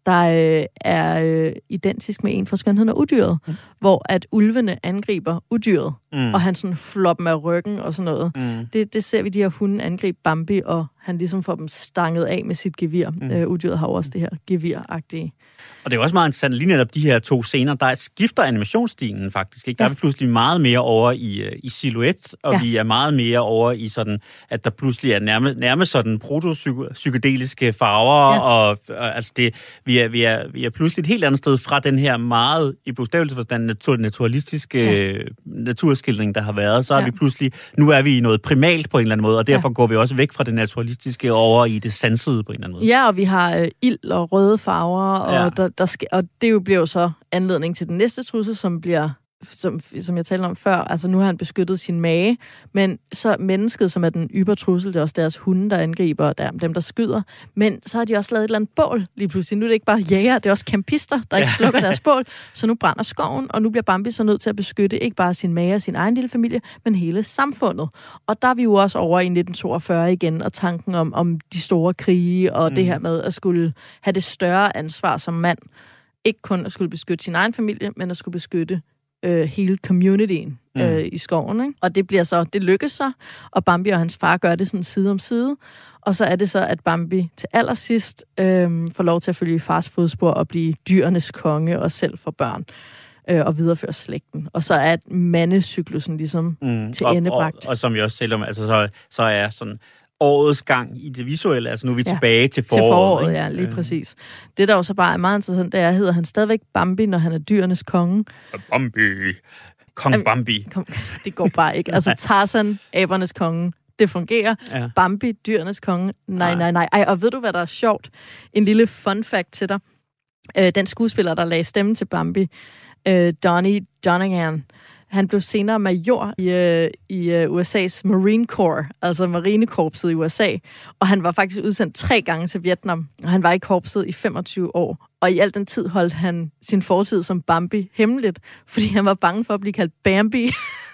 der øh, er øh, identisk med en fra Skønheden og Udyret, mm. hvor at ulvene angriber udyret, mm. og han sådan flår dem af ryggen og sådan noget. Mm. Det, det ser vi, de her hunde angribe Bambi, og han ligesom får dem stanget af med sit gevir. Mm. Øh, udyret har også det her gevir-agtige. Og det er også meget interessant, lige netop de her to scener, der skifter animationsstilen faktisk. Ikke? Der ja. er vi pludselig meget mere over i, i silhuet, og ja. vi er meget mere over i sådan, at der pludselig er nærmest, nærmest sådan proto-psykedeliske farver, ja. og, og altså det, vi, er, vi, er, vi er pludselig et helt andet sted fra den her meget, i bogstavelsesforstand, natur, naturalistiske ja. naturskildring, der har været. Så er ja. vi pludselig, nu er vi i noget primalt på en eller anden måde, og derfor ja. går vi også væk fra det naturalistiske over i det sansede på en eller anden måde. Ja, og vi har øh, ild og røde farver, og ja. der Der skal, og det jo bliver jo så anledning til den næste trussel, som bliver, som, som jeg talte om før, altså nu har han beskyttet sin mage, men så mennesket, som er den ybertrussel, det er også deres hunde, der angriber, der, dem, der skyder, men så har de også lavet et eller andet bål lige pludselig. Nu er det ikke bare jæger, det er også campister, der ikke slukker deres bål, så nu brænder skoven, og nu bliver Bambi så nødt til at beskytte ikke bare sin mage og sin egen lille familie, men hele samfundet. Og der er vi jo også over i nitten toogfyrre igen, og tanken om, om de store krige, og mm. det her med at skulle have det større ansvar som mand. Ikke kun at skulle beskytte sin egen familie, men at skulle beskytte øh, hele communityen øh, mm. i skoven. Ikke? Og det bliver så, det lykkes så, og Bambi og hans far gør det sådan side om side. Og så er det så, at Bambi til allersidst øh, får lov til at følge i fars fodspor og blive dyrenes konge og selv for børn. Øh, og videreføre slægten. Og så er mandecyklusen ligesom mm. til og, endebragt. Og, og som jeg også selv om, altså så, så er sådan årets gang i det visuelle, altså nu er vi ja. tilbage til foråret. Til foråret, ja, lige præcis. Det, der jo så bare er meget interessant, det er, hedder han stadigvæk Bambi, når han er dyrenes konge. Bambi. Kong Bambi. Kom, det går bare ikke. Altså Tarzan, abernes konge, det fungerer. Ja. Bambi, dyrenes konge, nej, nej, nej. Ej, og ved du, hvad der er sjovt? En lille fun fact til dig. Øh, den skuespiller, der lagde stemme til Bambi, øh, Donnie Donegan, han blev senere major i, øh, i øh, U S A's Marine Corps, altså marinekorpset i U S A, og han var faktisk udsendt tre gange til Vietnam, og han var i korpset i femogtyve år. Og i al den tid holdt han sin fortid som Bambi hemmeligt, fordi han var bange for at blive kaldt Bambi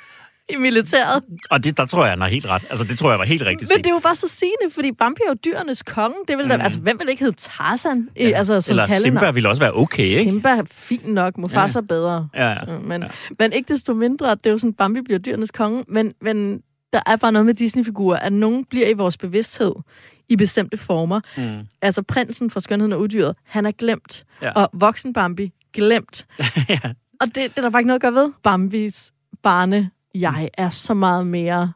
i militæret. Og det, der tror jeg, han har helt ret. Altså, det tror jeg var helt rigtigt. Men det er jo bare så sigende, fordi Bambi er jo dyrenes konge. Det vil da, mm. altså, hvem vil ikke hedde Tarzan? Ja. Altså, som eller Simba ville også være okay, ikke? Simba er fint nok. Mufasa ja. bedre. Ja, ja. Men, ja. men ikke desto mindre, at det er jo sådan, Bambi bliver dyrenes konge. Men, men der er bare noget med Disney-figurer, at nogen bliver i vores bevidsthed i bestemte former. Mm. Altså, prinsen fra Skønheden og Udyret, han er glemt. Ja. Og voksen Bambi, glemt. ja. Og det, det er der bare ikke noget at gøre ved. Bambis barne jeg er så meget mere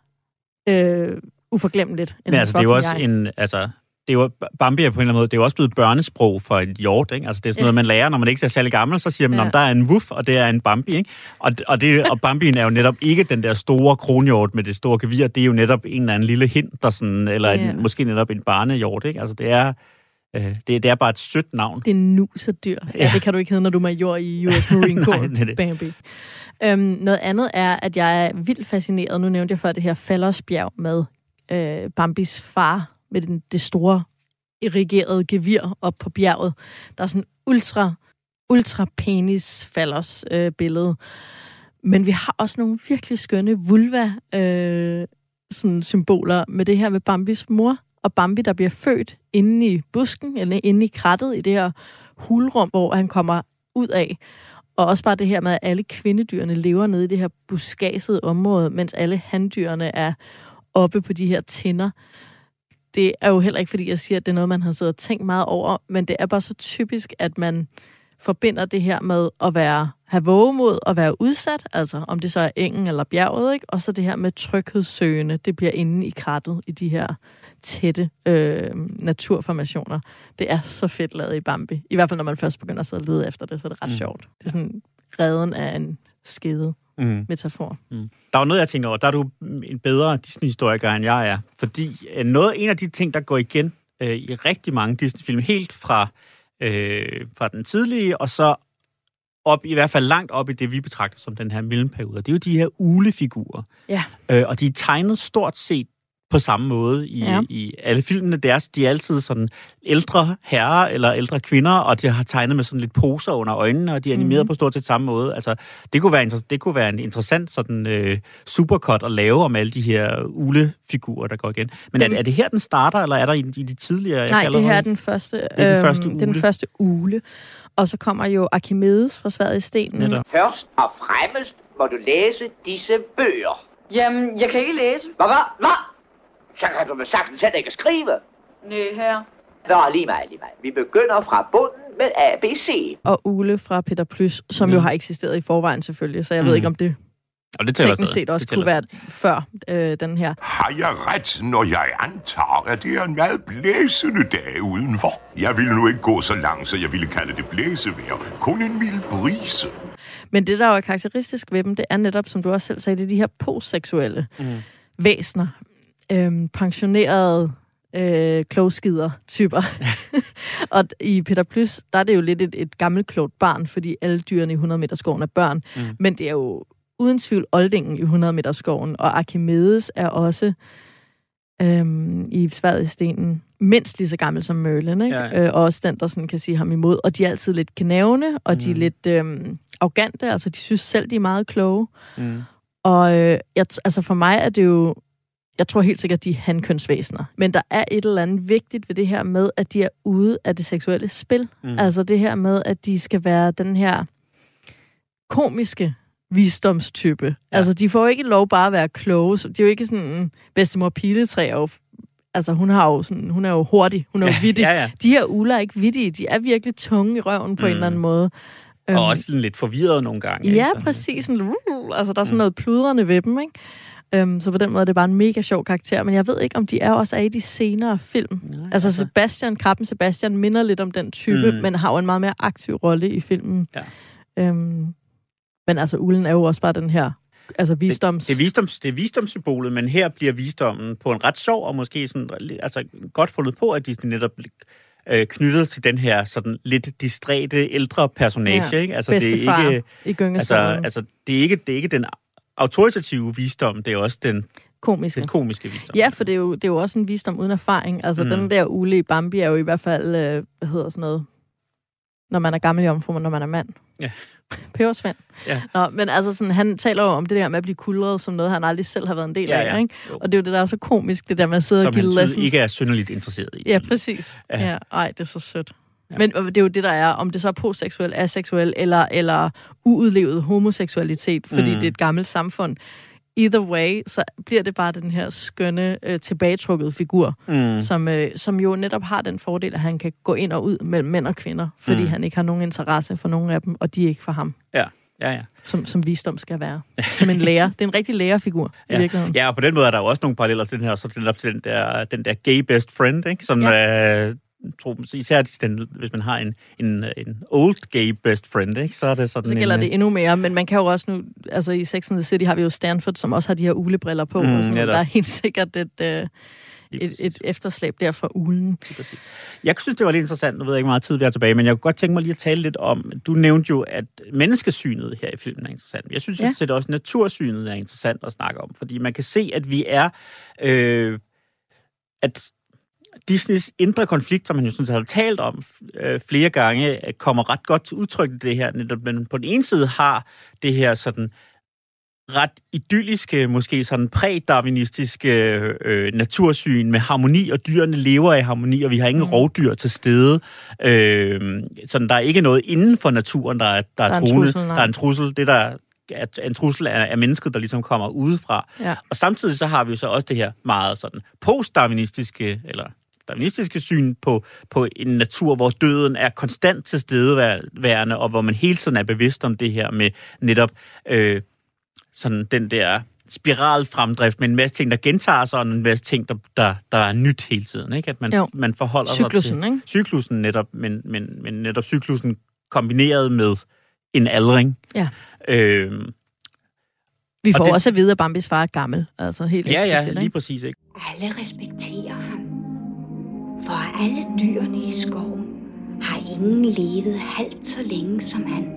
øh, uforglemmeligt end Men altså, det er jo også jeg. en, altså, det er jo, Bambi er på en eller anden måde, det er jo også blevet børnesprog for et hjort, ikke? Altså, det er sådan noget, man lærer, når man ikke er særlig gammel, så siger man, ja. om der er en wuff, og det er en Bambi, ikke? Og, og, det, og Bambien er jo netop ikke den der store kronhjort med det store gevir, det er jo netop en eller anden lille hind, der sådan, eller ja. en, måske netop en barnehjort, ikke? Altså, det er, øh, det, det er bare et sødt navn. Det er nuserdyr. Ja. Ja, det kan du ikke hedde, når du er major i U S Marine Corps. Nej, det er det. Bambi. Øhm, noget andet er, at jeg er vildt fascineret. Nu nævnte jeg før det her Faldersbjerg med øh, Bambis far med den, det store irrigerede gevir op på bjerget. Der er sådan ultra, ultra penis Fallers øh, billede. Men vi har også nogle virkelig skønne vulva øh, sådan symboler med det her med Bambis mor og Bambi, der bliver født inde i busken, eller inde i krattet i det her hulrum, hvor han kommer ud af. Og også bare det her med, at alle kvindedyrene lever nede i det her buskasede område, mens alle handdyrene er oppe på de her tinder. Det er jo heller ikke, fordi jeg siger, at det er noget, man har siddet og tænkt meget over, men det er bare så typisk, at man forbinder det her med at være, have vågemod og være udsat, altså om det så er engen eller bjerget, ikke? Og så det her med tryghedssøgende, det bliver inde i krattet i de her tætte øh, naturformationer. Det er så fedt lavet i Bambi. I hvert fald, når man først begynder at sidde og lede efter det, så er det ret mm. sjovt. Det er sådan redden af en skede mm. metafor. Mm. Der er jo noget, jeg tænker over. Der er du en bedre Disney-historiker, end jeg er. Fordi noget, en af de ting, der går igen øh, i rigtig mange Disney-film, helt fra, øh, fra den tidlige, og så op, i hvert fald langt op i det, vi betragter som den her mellemperiode. Det er jo de her ulefigurer. Ja. Øh, og de er tegnet stort set på samme måde i, ja. i alle filmene. Det er, de er altid sådan ældre herrer eller ældre kvinder, og de har tegnet med sådan lidt poser under øjnene, og de er animeret mm. på stort set samme måde. Altså, det kunne være, det kunne være en interessant sådan øh, supercut at lave om alle de her ulefigurer, der går igen. Men er, er det her, den starter, eller er der i, i de tidligere? Nej, det her er den første, det er den første, øhm, den første ule. Og så kommer jo Archimedes fra Sverdet i Stenen. Netop. Først og fremmest må du læse disse bøger. Jamen, jeg kan ikke læse. Hvad, hvad, hvad? Så kan du vel sagtens selv ikke skrive. Nej, her. Nå, lige meget, lige meget. Vi begynder fra bunden med A B C. Og Ule fra Peter Plys, som mm. jo har eksisteret i forvejen selvfølgelig, så jeg mm. ved ikke, om det, og det teknisk set også kunne være før øh, den her. Har jeg ret, når jeg antager, at det er en meget blæsende dag udenfor? Jeg ville nu ikke gå så langt, så jeg ville kalde det blæsevejr. Kun en mild brise. Men det, der er karakteristisk ved dem, det er netop, som du også selv sagde, det er de her postseksuelle mm. væsener. Øhm, pensionerede øh, klogskider-typer. Og i Peter Plys, der er det jo lidt et, et gammelt klogt barn, fordi alle dyrene i hundrede meter skoven er børn. Mm. Men det er jo uden tvivl oldingen i hundrede meter skoven, og Archimedes er også øhm, i Sverdet i Stenen mindst lige så gammel som Merlin, ikke? Ja, ja. Øh, og også den, der sådan kan sige ham imod. Og de er altid lidt knævende, og mm. de er lidt øhm, arrogante, altså de synes selv, de er meget kloge. Mm. Og øh, jeg, altså for mig er det jo, jeg tror helt sikkert, de er hankønsvæsener. Men der er et eller andet vigtigt ved det her med, at de er ude af det seksuelle spil. Mm. Altså det her med, at de skal være den her komiske visdomstype. Ja. Altså, de får jo ikke lov bare at være kloge. De er jo ikke sådan, bedstemor Piletræ er jo, altså, hun, har jo sådan, hun er jo hurtig, hun er jo vittig. Ja, ja. De her uler er ikke vittige, de er virkelig tunge i røven på mm. en eller anden måde. Og um, også sådan lidt forvirret nogle gange. Ja, ikke? Præcis. Sådan, altså, der er sådan mm. noget pludrende ved dem, ikke? Um, så på den måde er det bare en mega sjov karakter, men jeg ved ikke, om de er også er i de senere film. Nej, altså, altså Sebastian, Kappen Sebastian minder lidt om den type, mm. men har jo en meget mere aktiv rolle i filmen. Ja. Um, Men altså, ulen er jo også bare den her, altså visdoms... Det, det, er, visdoms, det er visdomssymbolet, men her bliver visdommen på en ret sjov, og måske sådan, altså godt fundet på, at de netop øh, knyttet til den her sådan lidt distræte ældre personage, ja, ikke? Altså, det er ikke, i altså, altså, det er ikke, det er ikke den autoritative visdom, det er også den komiske, den komiske visdom. Ja, for det er, jo, det er jo også en visdom uden erfaring. Altså, mm. den der ule i Bambi er jo i hvert fald, øh, hvad hedder sådan noget, når man er gammel jomfru, når man er mand. Ja. Pebersvend. Ja. Nå, men altså sådan, han taler jo om det der med at blive kuldret som noget, han aldrig selv har været en del af, ja, ja. Ikke? Og det er jo det, der er så komisk, det der med at sidde som og give lessons. Som han ikke er synderligt interesseret i. Ja, præcis. Ja. Ja, ej, det er så sødt. Ja. Men det er jo det, der er, om det så er postseksuel, aseksuel eller, eller uudlevet homoseksualitet, fordi mm. det er et gammelt samfund. Either way, så bliver det bare den her skønne, øh, tilbagetrukket figur, mm. som, øh, som jo netop har den fordel, at han kan gå ind og ud mellem mænd og kvinder, fordi mm. han ikke har nogen interesse for nogen af dem, og de ikke for ham. Ja, ja, ja. Som, som visdom skal være. Som en lærer. Det er en rigtig lærerfigur, ja. I virkeligheden. Ja, og på den måde er der jo også nogle paralleller til den her, så til den der, den der gay best friend, ikke? Som... Ja. Øh, tror, især den, hvis man har en, en, en old gay best friend, ikke? Så er det sådan. Så gælder en, det endnu mere, men man kan jo også nu, altså i Sex and the City har vi jo Stanford, som også har de her ulebriller på, mm, og sådan, ja, der er helt sikkert et, øh, et, et efterslæb der fra ulen. Jeg synes, det var lidt interessant, nu ved jeg ikke meget tid, vi er tilbage, men jeg kunne godt tænke mig lige at tale lidt om, du nævnte jo, at menneskesynet her i filmen er interessant. Jeg synes, ja. at også natursynet er interessant at snakke om, fordi man kan se, at vi er, øh, at Disneys indre konflikt, som man jo synes har talt om øh, flere gange, kommer ret godt til udtryk i det her. Men på den ene side har det her sådan ret idylliske, måske sådan præ-darwinistiske øh, natursyn med harmoni, og dyrene lever i harmoni, og vi har ingen mm. rovdyr til stede. Øh, sådan, der er ikke noget inden for naturen, der er, der er, der er truende. Der er en trussel. Det, der er en trussel af, af mennesket, der ligesom kommer udefra. Ja. Og samtidig så har vi jo så også det her meget sådan post-darwinistiske, eller darwinistiske syn på, på en natur, hvor døden er konstant til stedeværende, og hvor man hele tiden er bevidst om det her med netop øh, sådan den der spiralfremdrift med en masse ting, der gentager sig, og en masse ting, der, der, der er nyt hele tiden. Ikke? At man, man forholder cyklusen, sig til ikke? Cyklusen netop, men, men, men netop cyklusen kombineret med en aldring. Ja. Øh, Vi får det, også at vide, at Bambis far er gammel. Altså helt ja, eksplicit, ja, lige præcis. Ikke? Alle respekterer ham. For alle dyrene i skoven har ingen levet halvt så længe som han.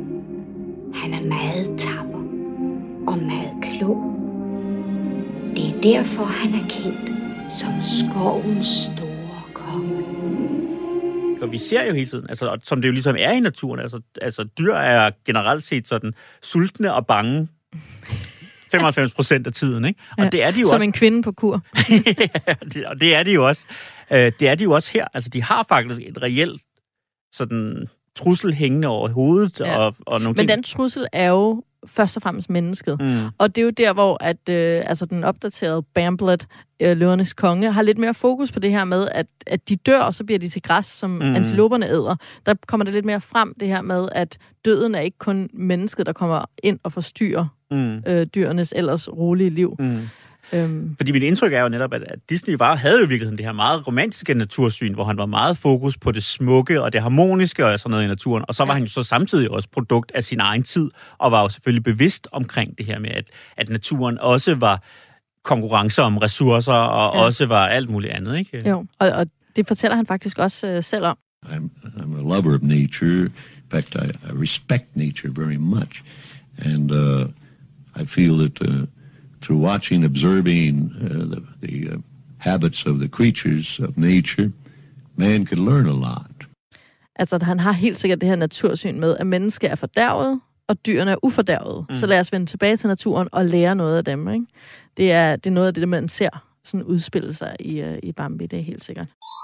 Han er meget tapper og meget klog. Det er er derfor, han er kendt som skovens store konge. Og vi ser jo hele tiden, altså, som det jo ligesom er i naturen, altså, altså dyr er generelt set sådan sultne og bange femoghalvfems procent af tiden, ikke? Og ja, det er de jo som også. en kvinde på kur. Ja, det, og det er de jo også. Øh, det er de jo også her. Altså, de har faktisk et reelt sådan trussel hængende over hovedet ja. og, og nogle Men ting. den trussel er jo først og fremmest mennesket. Mm. Og det er jo der, hvor at, øh, altså den opdaterede Bamblett, øh, løvernes konge, har lidt mere fokus på det her med, at, at de dør, og så bliver de til græs, som mm. antiloperne æder. Der kommer det lidt mere frem, det her med, at døden er ikke kun mennesket, der kommer ind og forstyrrer mm. øh, dyrenes ellers rolige liv. Mm. Øhm. Fordi mit indtryk er jo netop, at Disney var, havde jo i virkeligheden det her meget romantiske natursyn, hvor han var meget fokus på det smukke og det harmoniske og sådan noget i naturen. Og så var ja. han jo så samtidig også produkt af sin egen tid, og var jo selvfølgelig bevidst omkring det her med, at, at naturen også var konkurrencer om ressourcer, og ja. også var alt muligt andet, ikke? Jo, og, og det fortæller han faktisk også øh, selv om. I'm, I'm a lover of nature. In fact, I, I respect nature very much. And uh, I feel that... Uh, through watching, observing uh, the, the uh, habits of the creatures of nature, man can learn a lot. Altså, han har helt sikkert det her natursyn med, at mennesker er fordærvet, og dyrene er ufordærvet. Mm. Så lad os vende tilbage til naturen og lære noget af dem, ikke? Det er, det er noget af det, man ser sådan udspille sig i, uh, i Bambi, det er helt sikkert.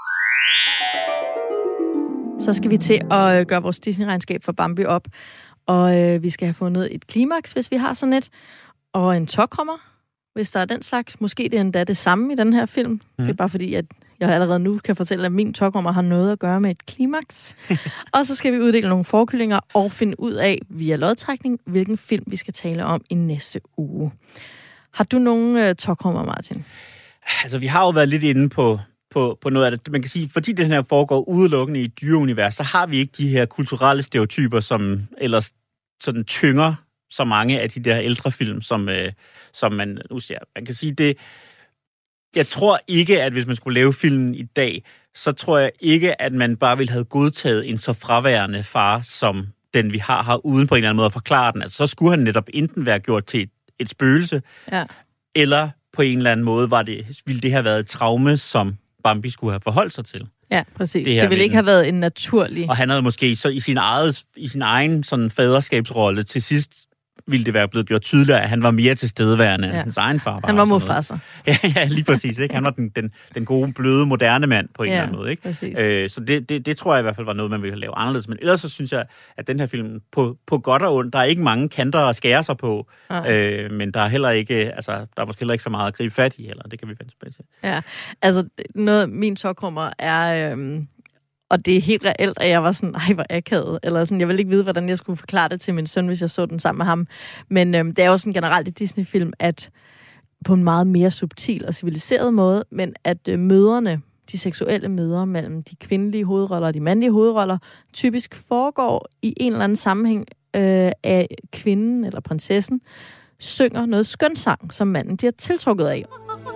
Så skal vi til at uh, gøre vores Disney-regnskab for Bambi op, og uh, vi skal have fundet et klimaks, hvis vi har sådan et, og en tåkommer, hvis der er den slags. Måske det er endda det samme i den her film. Mm. Det er bare fordi, at jeg allerede nu kan fortælle, at min tåkommer har noget at gøre med et klimaks. Og så skal vi uddele nogle forkyllinger og finde ud af, via lodtrækning, hvilken film vi skal tale om i næste uge. Har du nogle uh, tåkommer, Martin? Altså, vi har jo været lidt inde på, på, på noget af det. Man kan sige, fordi det her foregår udelukkende i dyreunivers, så har vi ikke de her kulturelle stereotyper, som ellers sådan tynger så mange af de der ældre film, som, øh, som man nu ser. Man kan sige det. Jeg tror ikke, at hvis man skulle lave filmen i dag, så tror jeg ikke, at man bare ville have godtaget en så fraværende far, som den vi har her, uden på en eller anden måde at forklare den. Altså, så skulle han netop enten være gjort til et, et spøgelse, ja. eller på en eller anden måde var det, ville det have været et traume, som Bambi skulle have forholdt sig til. Ja, præcis. Det, det ville ikke have været en naturlig... Og han havde måske så i sin, eget, i sin egen sådan faderskabsrolle til sidst ville det være blevet gjort tydeligere, at han var mere tilstedeværende ja. end hans egen far. Han var Mufasa. Ja, ja, lige præcis. Ikke? Han var den, den, den gode, bløde, moderne mand på en ja, eller anden måde. Ikke? Øh, så det, det, det tror jeg i hvert fald var noget, man ville lave anderledes. Men ellers så synes jeg, at den her film, på, på godt og ondt, der er ikke mange kanter at skære sig på, øh, men der er heller ikke, altså, der er måske heller ikke så meget at gribe fat i, eller det kan vi vende tilbage til. Ja, altså noget, min tåkommer er... Øhm Og det er helt reelt, at jeg var sådan, ej, hvor akavet. Eller sådan, jeg ville ikke vide, hvordan jeg skulle forklare det til min søn, hvis jeg så den sammen med ham. Men øhm, det er jo sådan generelt i Disney-film, at på en meget mere subtil og civiliseret måde, men at øh, møderne, de seksuelle møder mellem de kvindelige hovedroller og de mandlige hovedroller, typisk foregår i en eller anden sammenhæng øh, af kvinden eller prinsessen, synger noget skønsang, som manden bliver tiltrukket af.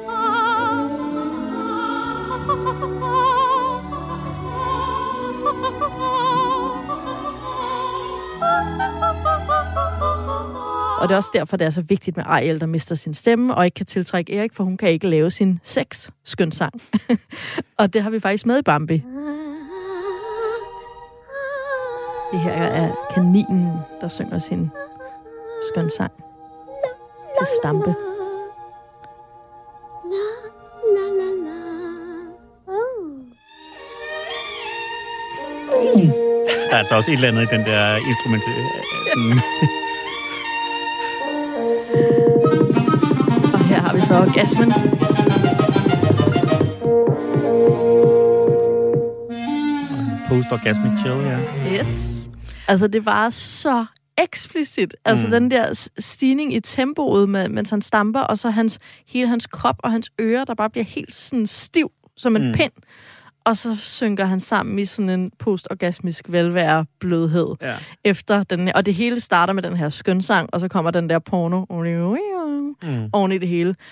Og det er også derfor, det er så vigtigt med Ariel, der mister sin stemme, og ikke kan tiltrække Erik, for hun kan ikke lave sin sex-skønsang. Og det har vi faktisk med i Bambi. Det her er kaninen, der synger sin skønsang til Stampe. Der er altså også et eller andet i den der instrument. Sådan. Og her har vi så orgasmen. Post-orgasmic chill, ja. Yes. Altså, det var så eksplicit. Altså, mm. den der stigning i tempoet, med, mens han stamper, og så hans, hele hans krop og hans ører, der bare bliver helt sådan stiv som en mm. pind. Og så synker han sammen i sådan en postorgasmisk velvære blødhed. Ja. Efter den, og det hele starter med den her skønsang, og så kommer den der porno mm. oven i det hele.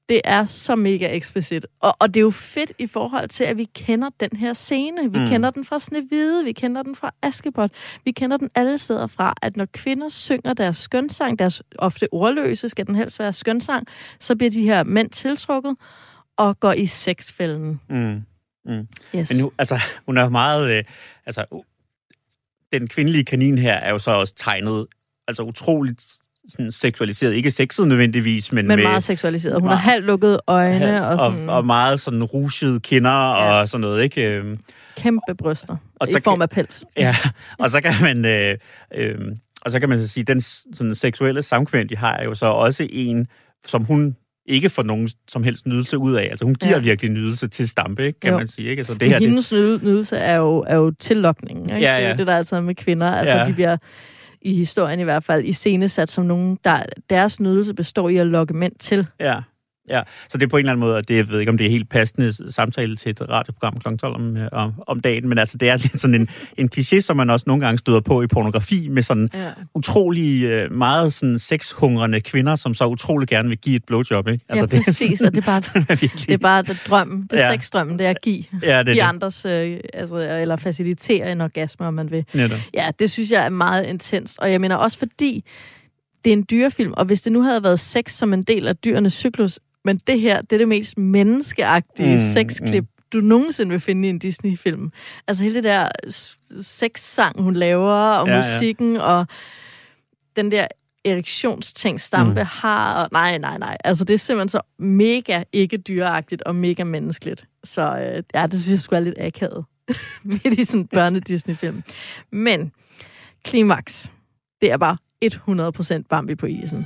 Det er så mega eksplicit. Og, og det er jo fedt i forhold til, at vi kender den her scene. Vi mm. kender den fra Snehvide, vi kender den fra Askepot. Vi kender den alle steder fra, at når kvinder synger deres skønsang, deres ofte ordløse, skal den helst være skønsang, så bliver de her mænd tiltrukket og går i sexfælden. Mm. Mm. Yes. Men nu, altså, hun er meget... Øh, altså, uh, den kvindelige kanin her er jo så også tegnet altså utroligt sådan seksualiseret. Ikke sexet nødvendigvis, men, men med... meget seksualiseret. Hun meget, har halvt lukkede øjne. Halv, og, sådan, og, og meget sådan rugede kinder ja. og sådan noget, ikke? Kæmpe bryster. Og I form af pels. Ja, og så kan man... Øh, øh, og så kan man så sige, den sådan, seksuelle samkvem, de har, er jo så også en, som hun ikke får nogen som helst nydelse ud af. Altså hun giver ja. virkelig nydelse til Stampe, ikke, kan jo. man sige. Ikke? Altså, det her, hendes det... nydelse er jo, er jo tillokningen. Ikke? Ja, ja. Det er det, der altid er med kvinder. Altså ja. de bliver i historien i hvert fald iscenesat som nogen, der deres nydelse består i at lokke mænd til. Ja. Ja, så det er på en eller anden måde, og det, jeg ved ikke, om det er helt passende samtale til et radioprogram klokken tolv om, om, om dagen, men altså, det er lidt sådan en, en kliché, som man også nogle gange støder på i pornografi, med sådan ja. utrolig meget sådan sexhungrende kvinder, som så utrolig gerne vil give et blowjob, ikke? Altså, ja, præcis, det er, og det er bare, det er bare det drømmen, det er ja. sexdrømmen, det er at give, ja, det give det. andres, øh, altså, eller facilitere en orgasme, om man vil. Ja, ja, det synes jeg er meget intenst, og jeg mener også fordi, det er en dyrefilm, og hvis det nu havde været sex som en del af dyrenes cyklus, men det her, det er det mest menneskeagtige mm, sexklip, mm. du nogensinde vil finde i en Disney-film. Altså hele det der sexsang, hun laver, og ja, musikken, ja. og den der erektionsting, Stampe mm. har, og nej, nej, nej. Altså det er simpelthen så mega ikke dyreagtigt og mega menneskeligt. Så øh, ja, det synes jeg skulle er lidt akavet midt i sådan en børne-Disney-film. Men klimaks, det er bare hundrede procent Bambi på isen.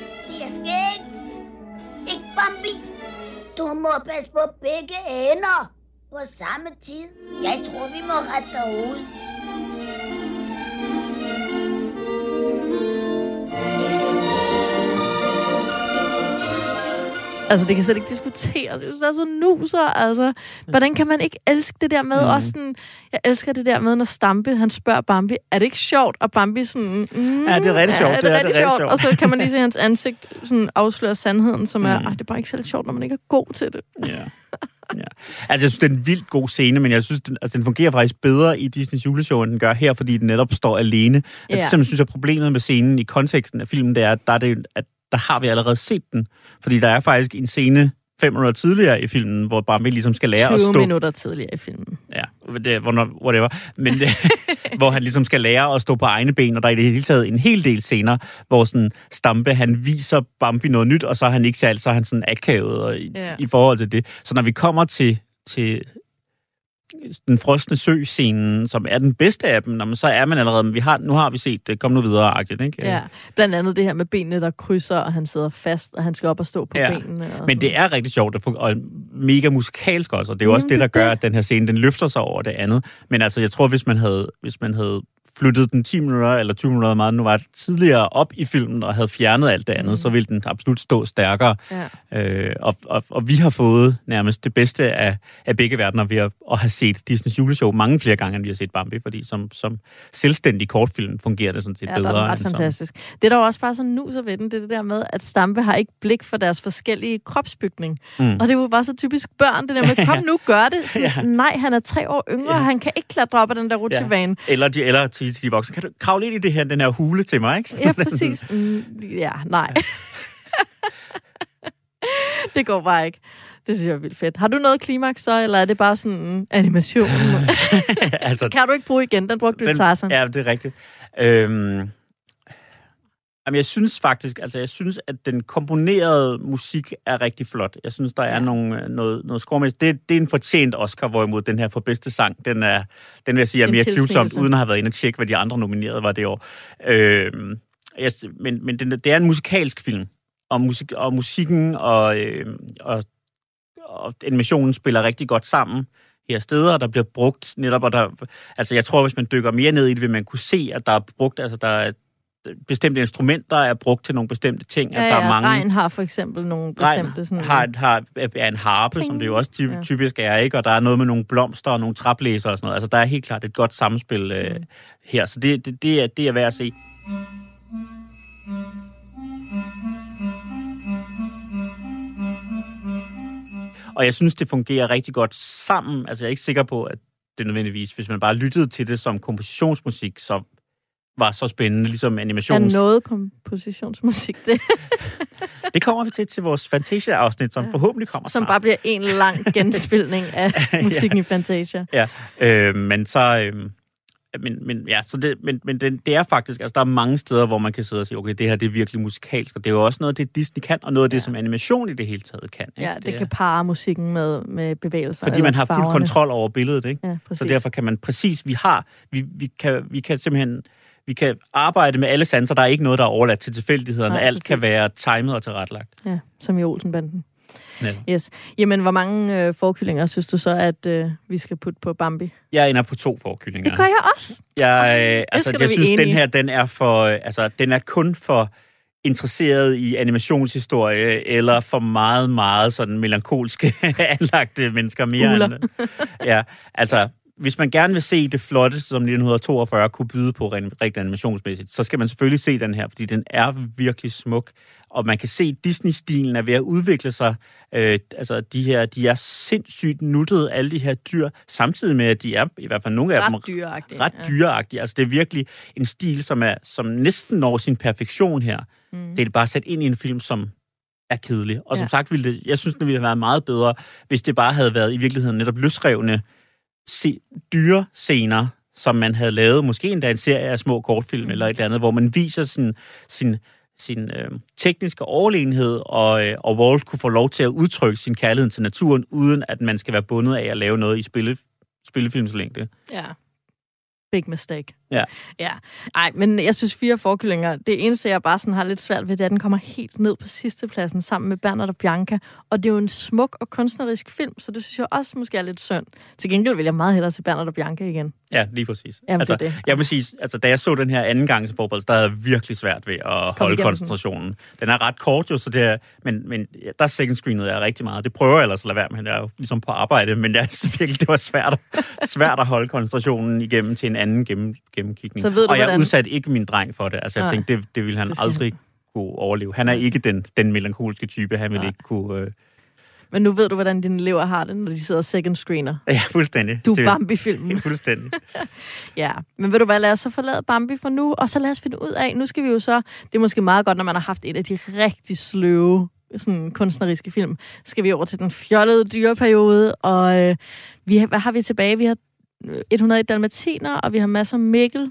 Bambi, du må passe på begge ender på samme tid. Jeg tror, vi må rette dig ud. Altså, det kan slet ikke diskuteres. Jeg synes, det er så nuser, altså. Hvordan kan man ikke elske det der med? Mm. Også sådan, jeg elsker det der med, når Stampe, han spørger Bambi, er det ikke sjovt? Og Bambi sådan... Mm, ja, det er rigtig sjovt. Ja, det er, det er rigtig sjovt. sjovt. Og så kan man lige se hans ansigt sådan afsløre sandheden, som er, mm. ej, det er bare ikke særlig sjovt, når man ikke er god til det. Ja. Ja. Altså, jeg synes, det er en vildt god scene, men jeg synes, den, altså, den fungerer faktisk bedre i Disneys juleshow, end den gør her, fordi den netop står alene. Ja. Jeg simpelthen synes, at problemet med scenen i konteksten af filmen, det er, at der, er det, at der har vi allerede set den. Fordi der er faktisk en scene fem minutter tidligere i filmen, hvor Bambi ligesom skal lære at stå... tyve minutter tidligere i filmen. Ja, det, whatever. Men det, hvor han ligesom skal lære at stå på egne ben, og der er i det hele taget en hel del scener, hvor sådan Stampe, han viser Bambi noget nyt, og så er han ikke særlig, så er han sådan akavet i, ja. i forhold til det. Så når vi kommer til... til den frosne sø-scenen, som er den bedste af dem, så er man allerede, vi har, nu har vi set det, kom nu videre-agtigt, ikke? Ja, blandt andet det her med benene, der krydser, og han sidder fast, og han skal op og stå på ja. benene. Og men det er rigtig sjovt, og mega musikalsk også, og det er jo mm, også det, der gør, at den her scene, den løfter sig over det andet. Men altså, jeg tror, hvis man havde, hvis man havde flyttet den ti minutter eller tyve minutter meget, nu var det tidligere op i filmen og havde fjernet alt det andet, mm. så ville den absolut stå stærkere. Ja. Øh, og, og, og vi har fået nærmest det bedste af, af begge verdener ved at, at have set Disneys juleshow mange flere gange, end vi har set Bambi, fordi som, som selvstændig kortfilm fungerer det sådan set ja, bedre. Ja, det er ret fantastisk. Som... Det er der også bare sådan nuser ved den, det er det der med, at Stampe har ikke blik for deres forskellige kropsbygning. Mm. Og det er jo bare så typisk børn, det der med, kom nu, gør det. Sådan, ja. Nej, han er tre år yngre, ja. Han kan ikke klatre op af den der rutsjebane. Ja. Eller de, eller til de voksne. Kan du kravle ind i det her, den her hule til mig, ikke? Ja, præcis. Mm, ja, nej. Det går bare ikke. Det synes jeg er vildt fedt. Har du noget klimaks så, eller er det bare sådan en animation? altså, kan du ikke bruge igen? Den brugte du i Tarzan. Ja, det er rigtigt. Øhm, jamen, jeg synes faktisk, altså jeg synes, at den komponerede musik er rigtig flot. Jeg synes, der er ja. nogle, noget, noget skormæssigt. Det, det er en fortjent Oscar, hvorimod den her for bedste sang, den er, den vil jeg sige, er mere tvivlsomt, uden at have været inde og tjekke, hvad de andre nominerede var det år. Øhm, jeg, men men den, det er en musikalsk film, og, musik, og musikken og, øh, og, og animationen spiller rigtig godt sammen her steder, der bliver brugt netop, og der, altså jeg tror, hvis man dykker mere ned i det, vil man kunne se, at der er brugt, altså der er bestemte instrumenter er brugt til nogle bestemte ting. Ja, at der ja, er mange... Regn har for eksempel nogle bestemte... Sådan... Har, har, er en harpe, Ping. Som det jo også ty- typisk er, ikke? Og der er noget med nogle blomster og nogle traplæser og sådan noget. Altså, der er helt klart et godt samspil øh, mm. her. Så det, det, det, er, det er værd at se. Og jeg synes, det fungerer rigtig godt sammen. Altså, jeg er ikke sikker på, at det nødvendigvis, hvis man bare lyttede til det som kompositionsmusik, så var så spændende, ligesom animations... Er noget kompositionsmusik, det? Det kommer vi til til vores Fantasia-afsnit, som ja. forhåbentlig kommer Som snart. bare bliver en lang genspilning af musikken ja. i Fantasia. Ja, øh, men så... Øh, men, men, ja, så det, men, men det, det er faktisk... Altså, der er mange steder, hvor man kan sidde og sige, okay, det her det er virkelig musikalsk, og det er jo også noget, det Disney kan, og noget af det, ja. som animation i det hele taget kan. Ikke? Ja, det, det kan parre musikken med, med bevægelser. Fordi man har fuld kontrol over billedet, ikke? Ja, så derfor kan man præcis... Vi har... Vi, vi, kan, vi kan simpelthen... Vi kan arbejde med alle sanser. Der er ikke noget, der er overladt til tilfældighederne. Alt præcis. Kan være timet og tilrettelagt. Ja, som i Olsenbanden. Ja. Yes. Jamen, hvor mange øh, forkyllinger synes du så, at øh, vi skal putte på Bambi? Jeg ender på to forkyllinger. Det gør jeg også. Jeg, øh, altså, jeg synes, enige. den her, den er for... Øh, altså, den er kun for interesseret i animationshistorie, eller for meget, meget sådan melankolske anlagte mennesker mere Uler. end... Ja, altså... Hvis man gerne vil se det flotte, som nitten toogfyrre kunne byde på rent animationsmæssigt, så skal man selvfølgelig se den her, fordi den er virkelig smuk. Og man kan se, at Disney-stilen er ved at udvikle sig. Øh, altså, de her, de er sindssygt nuttede, alle de her dyr, samtidig med, at de er, i hvert fald nogle af ret dem, dyreagtige. ret dyreagtige. Altså, det er virkelig en stil, som, er, som næsten når sin perfektion her. Mm. Det er bare sat ind i en film, som er kedelig. Og som ja. sagt, ville det, jeg synes, det ville have været meget bedre, hvis det bare havde været i virkeligheden netop løsrevne se, dyre scener, som man havde lavet, måske endda en serie af små kortfilm mm. eller et eller andet, hvor man viser sin, sin, sin øh, tekniske overlegenhed, og, øh, og Walt kunne få lov til at udtrykke sin kærlighed til naturen, uden at man skal være bundet af at lave noget i spille, spillefilmslængde. Ja. Big mistake. Ja. Ja. Ej, men jeg synes fire forkyllinger, det eneste, jeg bare sådan har lidt svært ved, det er, at den kommer helt ned på sidste pladsen sammen med Bernard og Bianca. Og det er jo en smuk og kunstnerisk film, så det synes jeg også måske er lidt synd. Til gengæld vil jeg meget hellere se Bernard og Bianca igen. Ja, lige præcis. Jamen, altså, det er det. Jeg vil sige, altså, da jeg så den her anden gang til forberedelse, der er jeg virkelig svært ved at holde koncentrationen. Den er ret kort jo, så det er, men, men der second screenet er rigtig meget. Det prøver jeg ellers at lade være med, jeg er jo ligesom på arbejde, men jeg synes virkelig, det var svært, svært at holde koncentrationen igennem til en anden gennem, gennemkigning. Så ved du, og jeg hvordan... udsatte ikke min dreng for det. Altså, jeg Nej, tænkte, det, det ville han det aldrig han. kunne overleve. Han er ikke den, den melankolske type, han vil Nej. ikke kunne... Øh... Men nu ved du, hvordan dine elever har det, når de sidder second screener. Ja, fuldstændig. Du er Bambi-filmen. Fuldstændig. Ja, men ved du hvad, lad os så forlade Bambi for nu, og så lad os finde ud af, nu skal vi jo så, det er måske meget godt, når man har haft et af de rigtig sløve sådan kunstneriske film, skal vi over til den fjollede dyreperiode, og øh, vi har, hvad har vi tilbage? Vi har et hundrede og en dalmatiner, og vi har masser af Mikkel,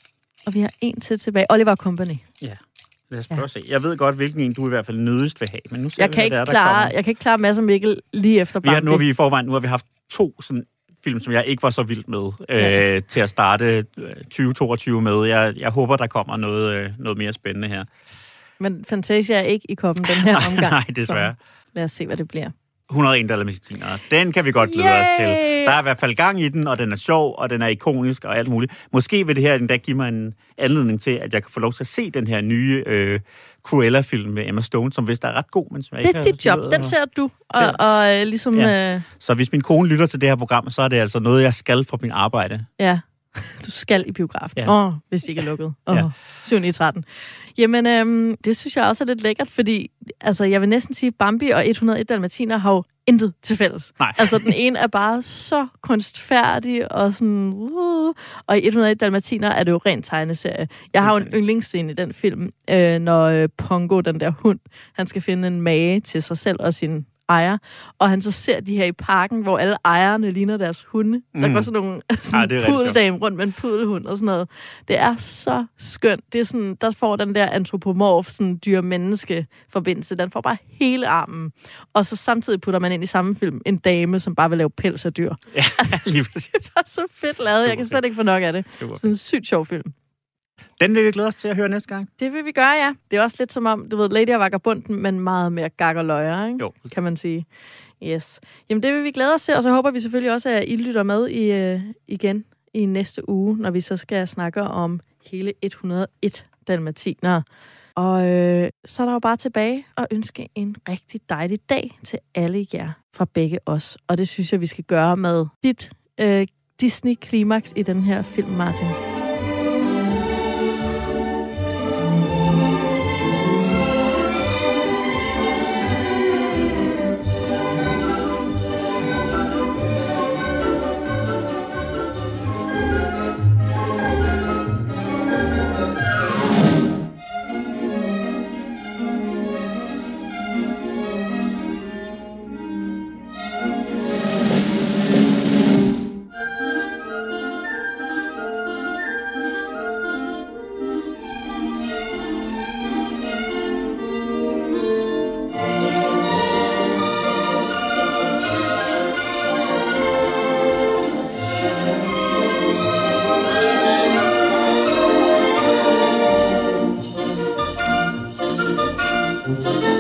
og vi har en til tilbage. Oliver Company. Ja, lad os prøve ja. at se. Jeg ved godt, hvilken en du i hvert fald nødigst vil have, men nu ser jeg vi, kan ikke hvad der, klare, der Jeg kan ikke klare masser af Mikkel lige efter Bambi. Vi har, nu har vi i forvejen, nu har vi haft to sådan film, som jeg ikke var så vild med, ja. øh, til at starte tyve toogtyve med. Jeg, jeg håber, der kommer noget, øh, noget mere spændende her. Men Fantasia er ikke i koppen den her omgang. Nej, desværre. Så lad os se, hvad det bliver. et hundrede og en dalmatiner. Den kan vi godt glæde os til. Der er i hvert fald gang i den, og den er sjov, og den er ikonisk og alt muligt. Måske vil det her endda give mig en anledning til, at jeg kan få lov til at se den her nye øh, Cruella-film med Emma Stone, som vist er ret god, men som jeg det ikke er dit job. Den ser du. Og, ja. og, og ligesom... Ja. Øh... Så hvis min kone lytter til det her program, så er det altså noget, jeg skal på min arbejde. Ja. Du skal i biografen. Åh, ja. oh, hvis de ikke er lukket. Åh, oh, ja. syv ni tretten. Jamen, øhm, det synes jeg også er lidt lækkert, fordi altså, jeg vil næsten sige, Bambi og et hundrede og en dalmatiner har jo intet til fælles. Nej. Altså, den ene er bare så kunstfærdig, og sådan... Uh, og i et hundrede og en dalmatiner er det jo rent tegneserie. Jeg har jo en yndlingsscene i den film, øh, når øh, Pongo, den der hund, han skal finde en mage til sig selv og sin ejer, og han så ser de her i parken, hvor alle ejerne ligner deres hunde. Mm. Der går sådan nogle sådan ja, pudeldame rundt med en pudelhund og sådan noget. Det er så skønt. Det er sådan, der får den der antropomorf, sådan dyr-menneske-forbindelse. Den får bare hele armen. Og så samtidig putter man ind i samme film en dame, som bare vil lave pels af dyr. Ja, lige præcis. Det er så fedt lavet. Super jeg kan slet ikke få nok af det. Super. Sådan en sygt sjov film. Den vil vi glæde os til at høre næste gang. Det vil vi gøre, ja. Det er også lidt som om, du ved, Lady og Vagabunden, men meget mere gak og løjer, ikke? Jo. Kan man sige. Yes. Jamen, det vil vi glæde os til, og så håber vi selvfølgelig også, at I lytter med i, uh, igen i næste uge, når vi så skal snakke om hele et hundrede og en dalmatiner. Og øh, så er der jo bare tilbage at ønske en rigtig dejlig dag til alle jer fra begge os. Og det synes jeg, vi skal gøre med dit øh, Disney-klimaks i den her film, Martin. Thank you.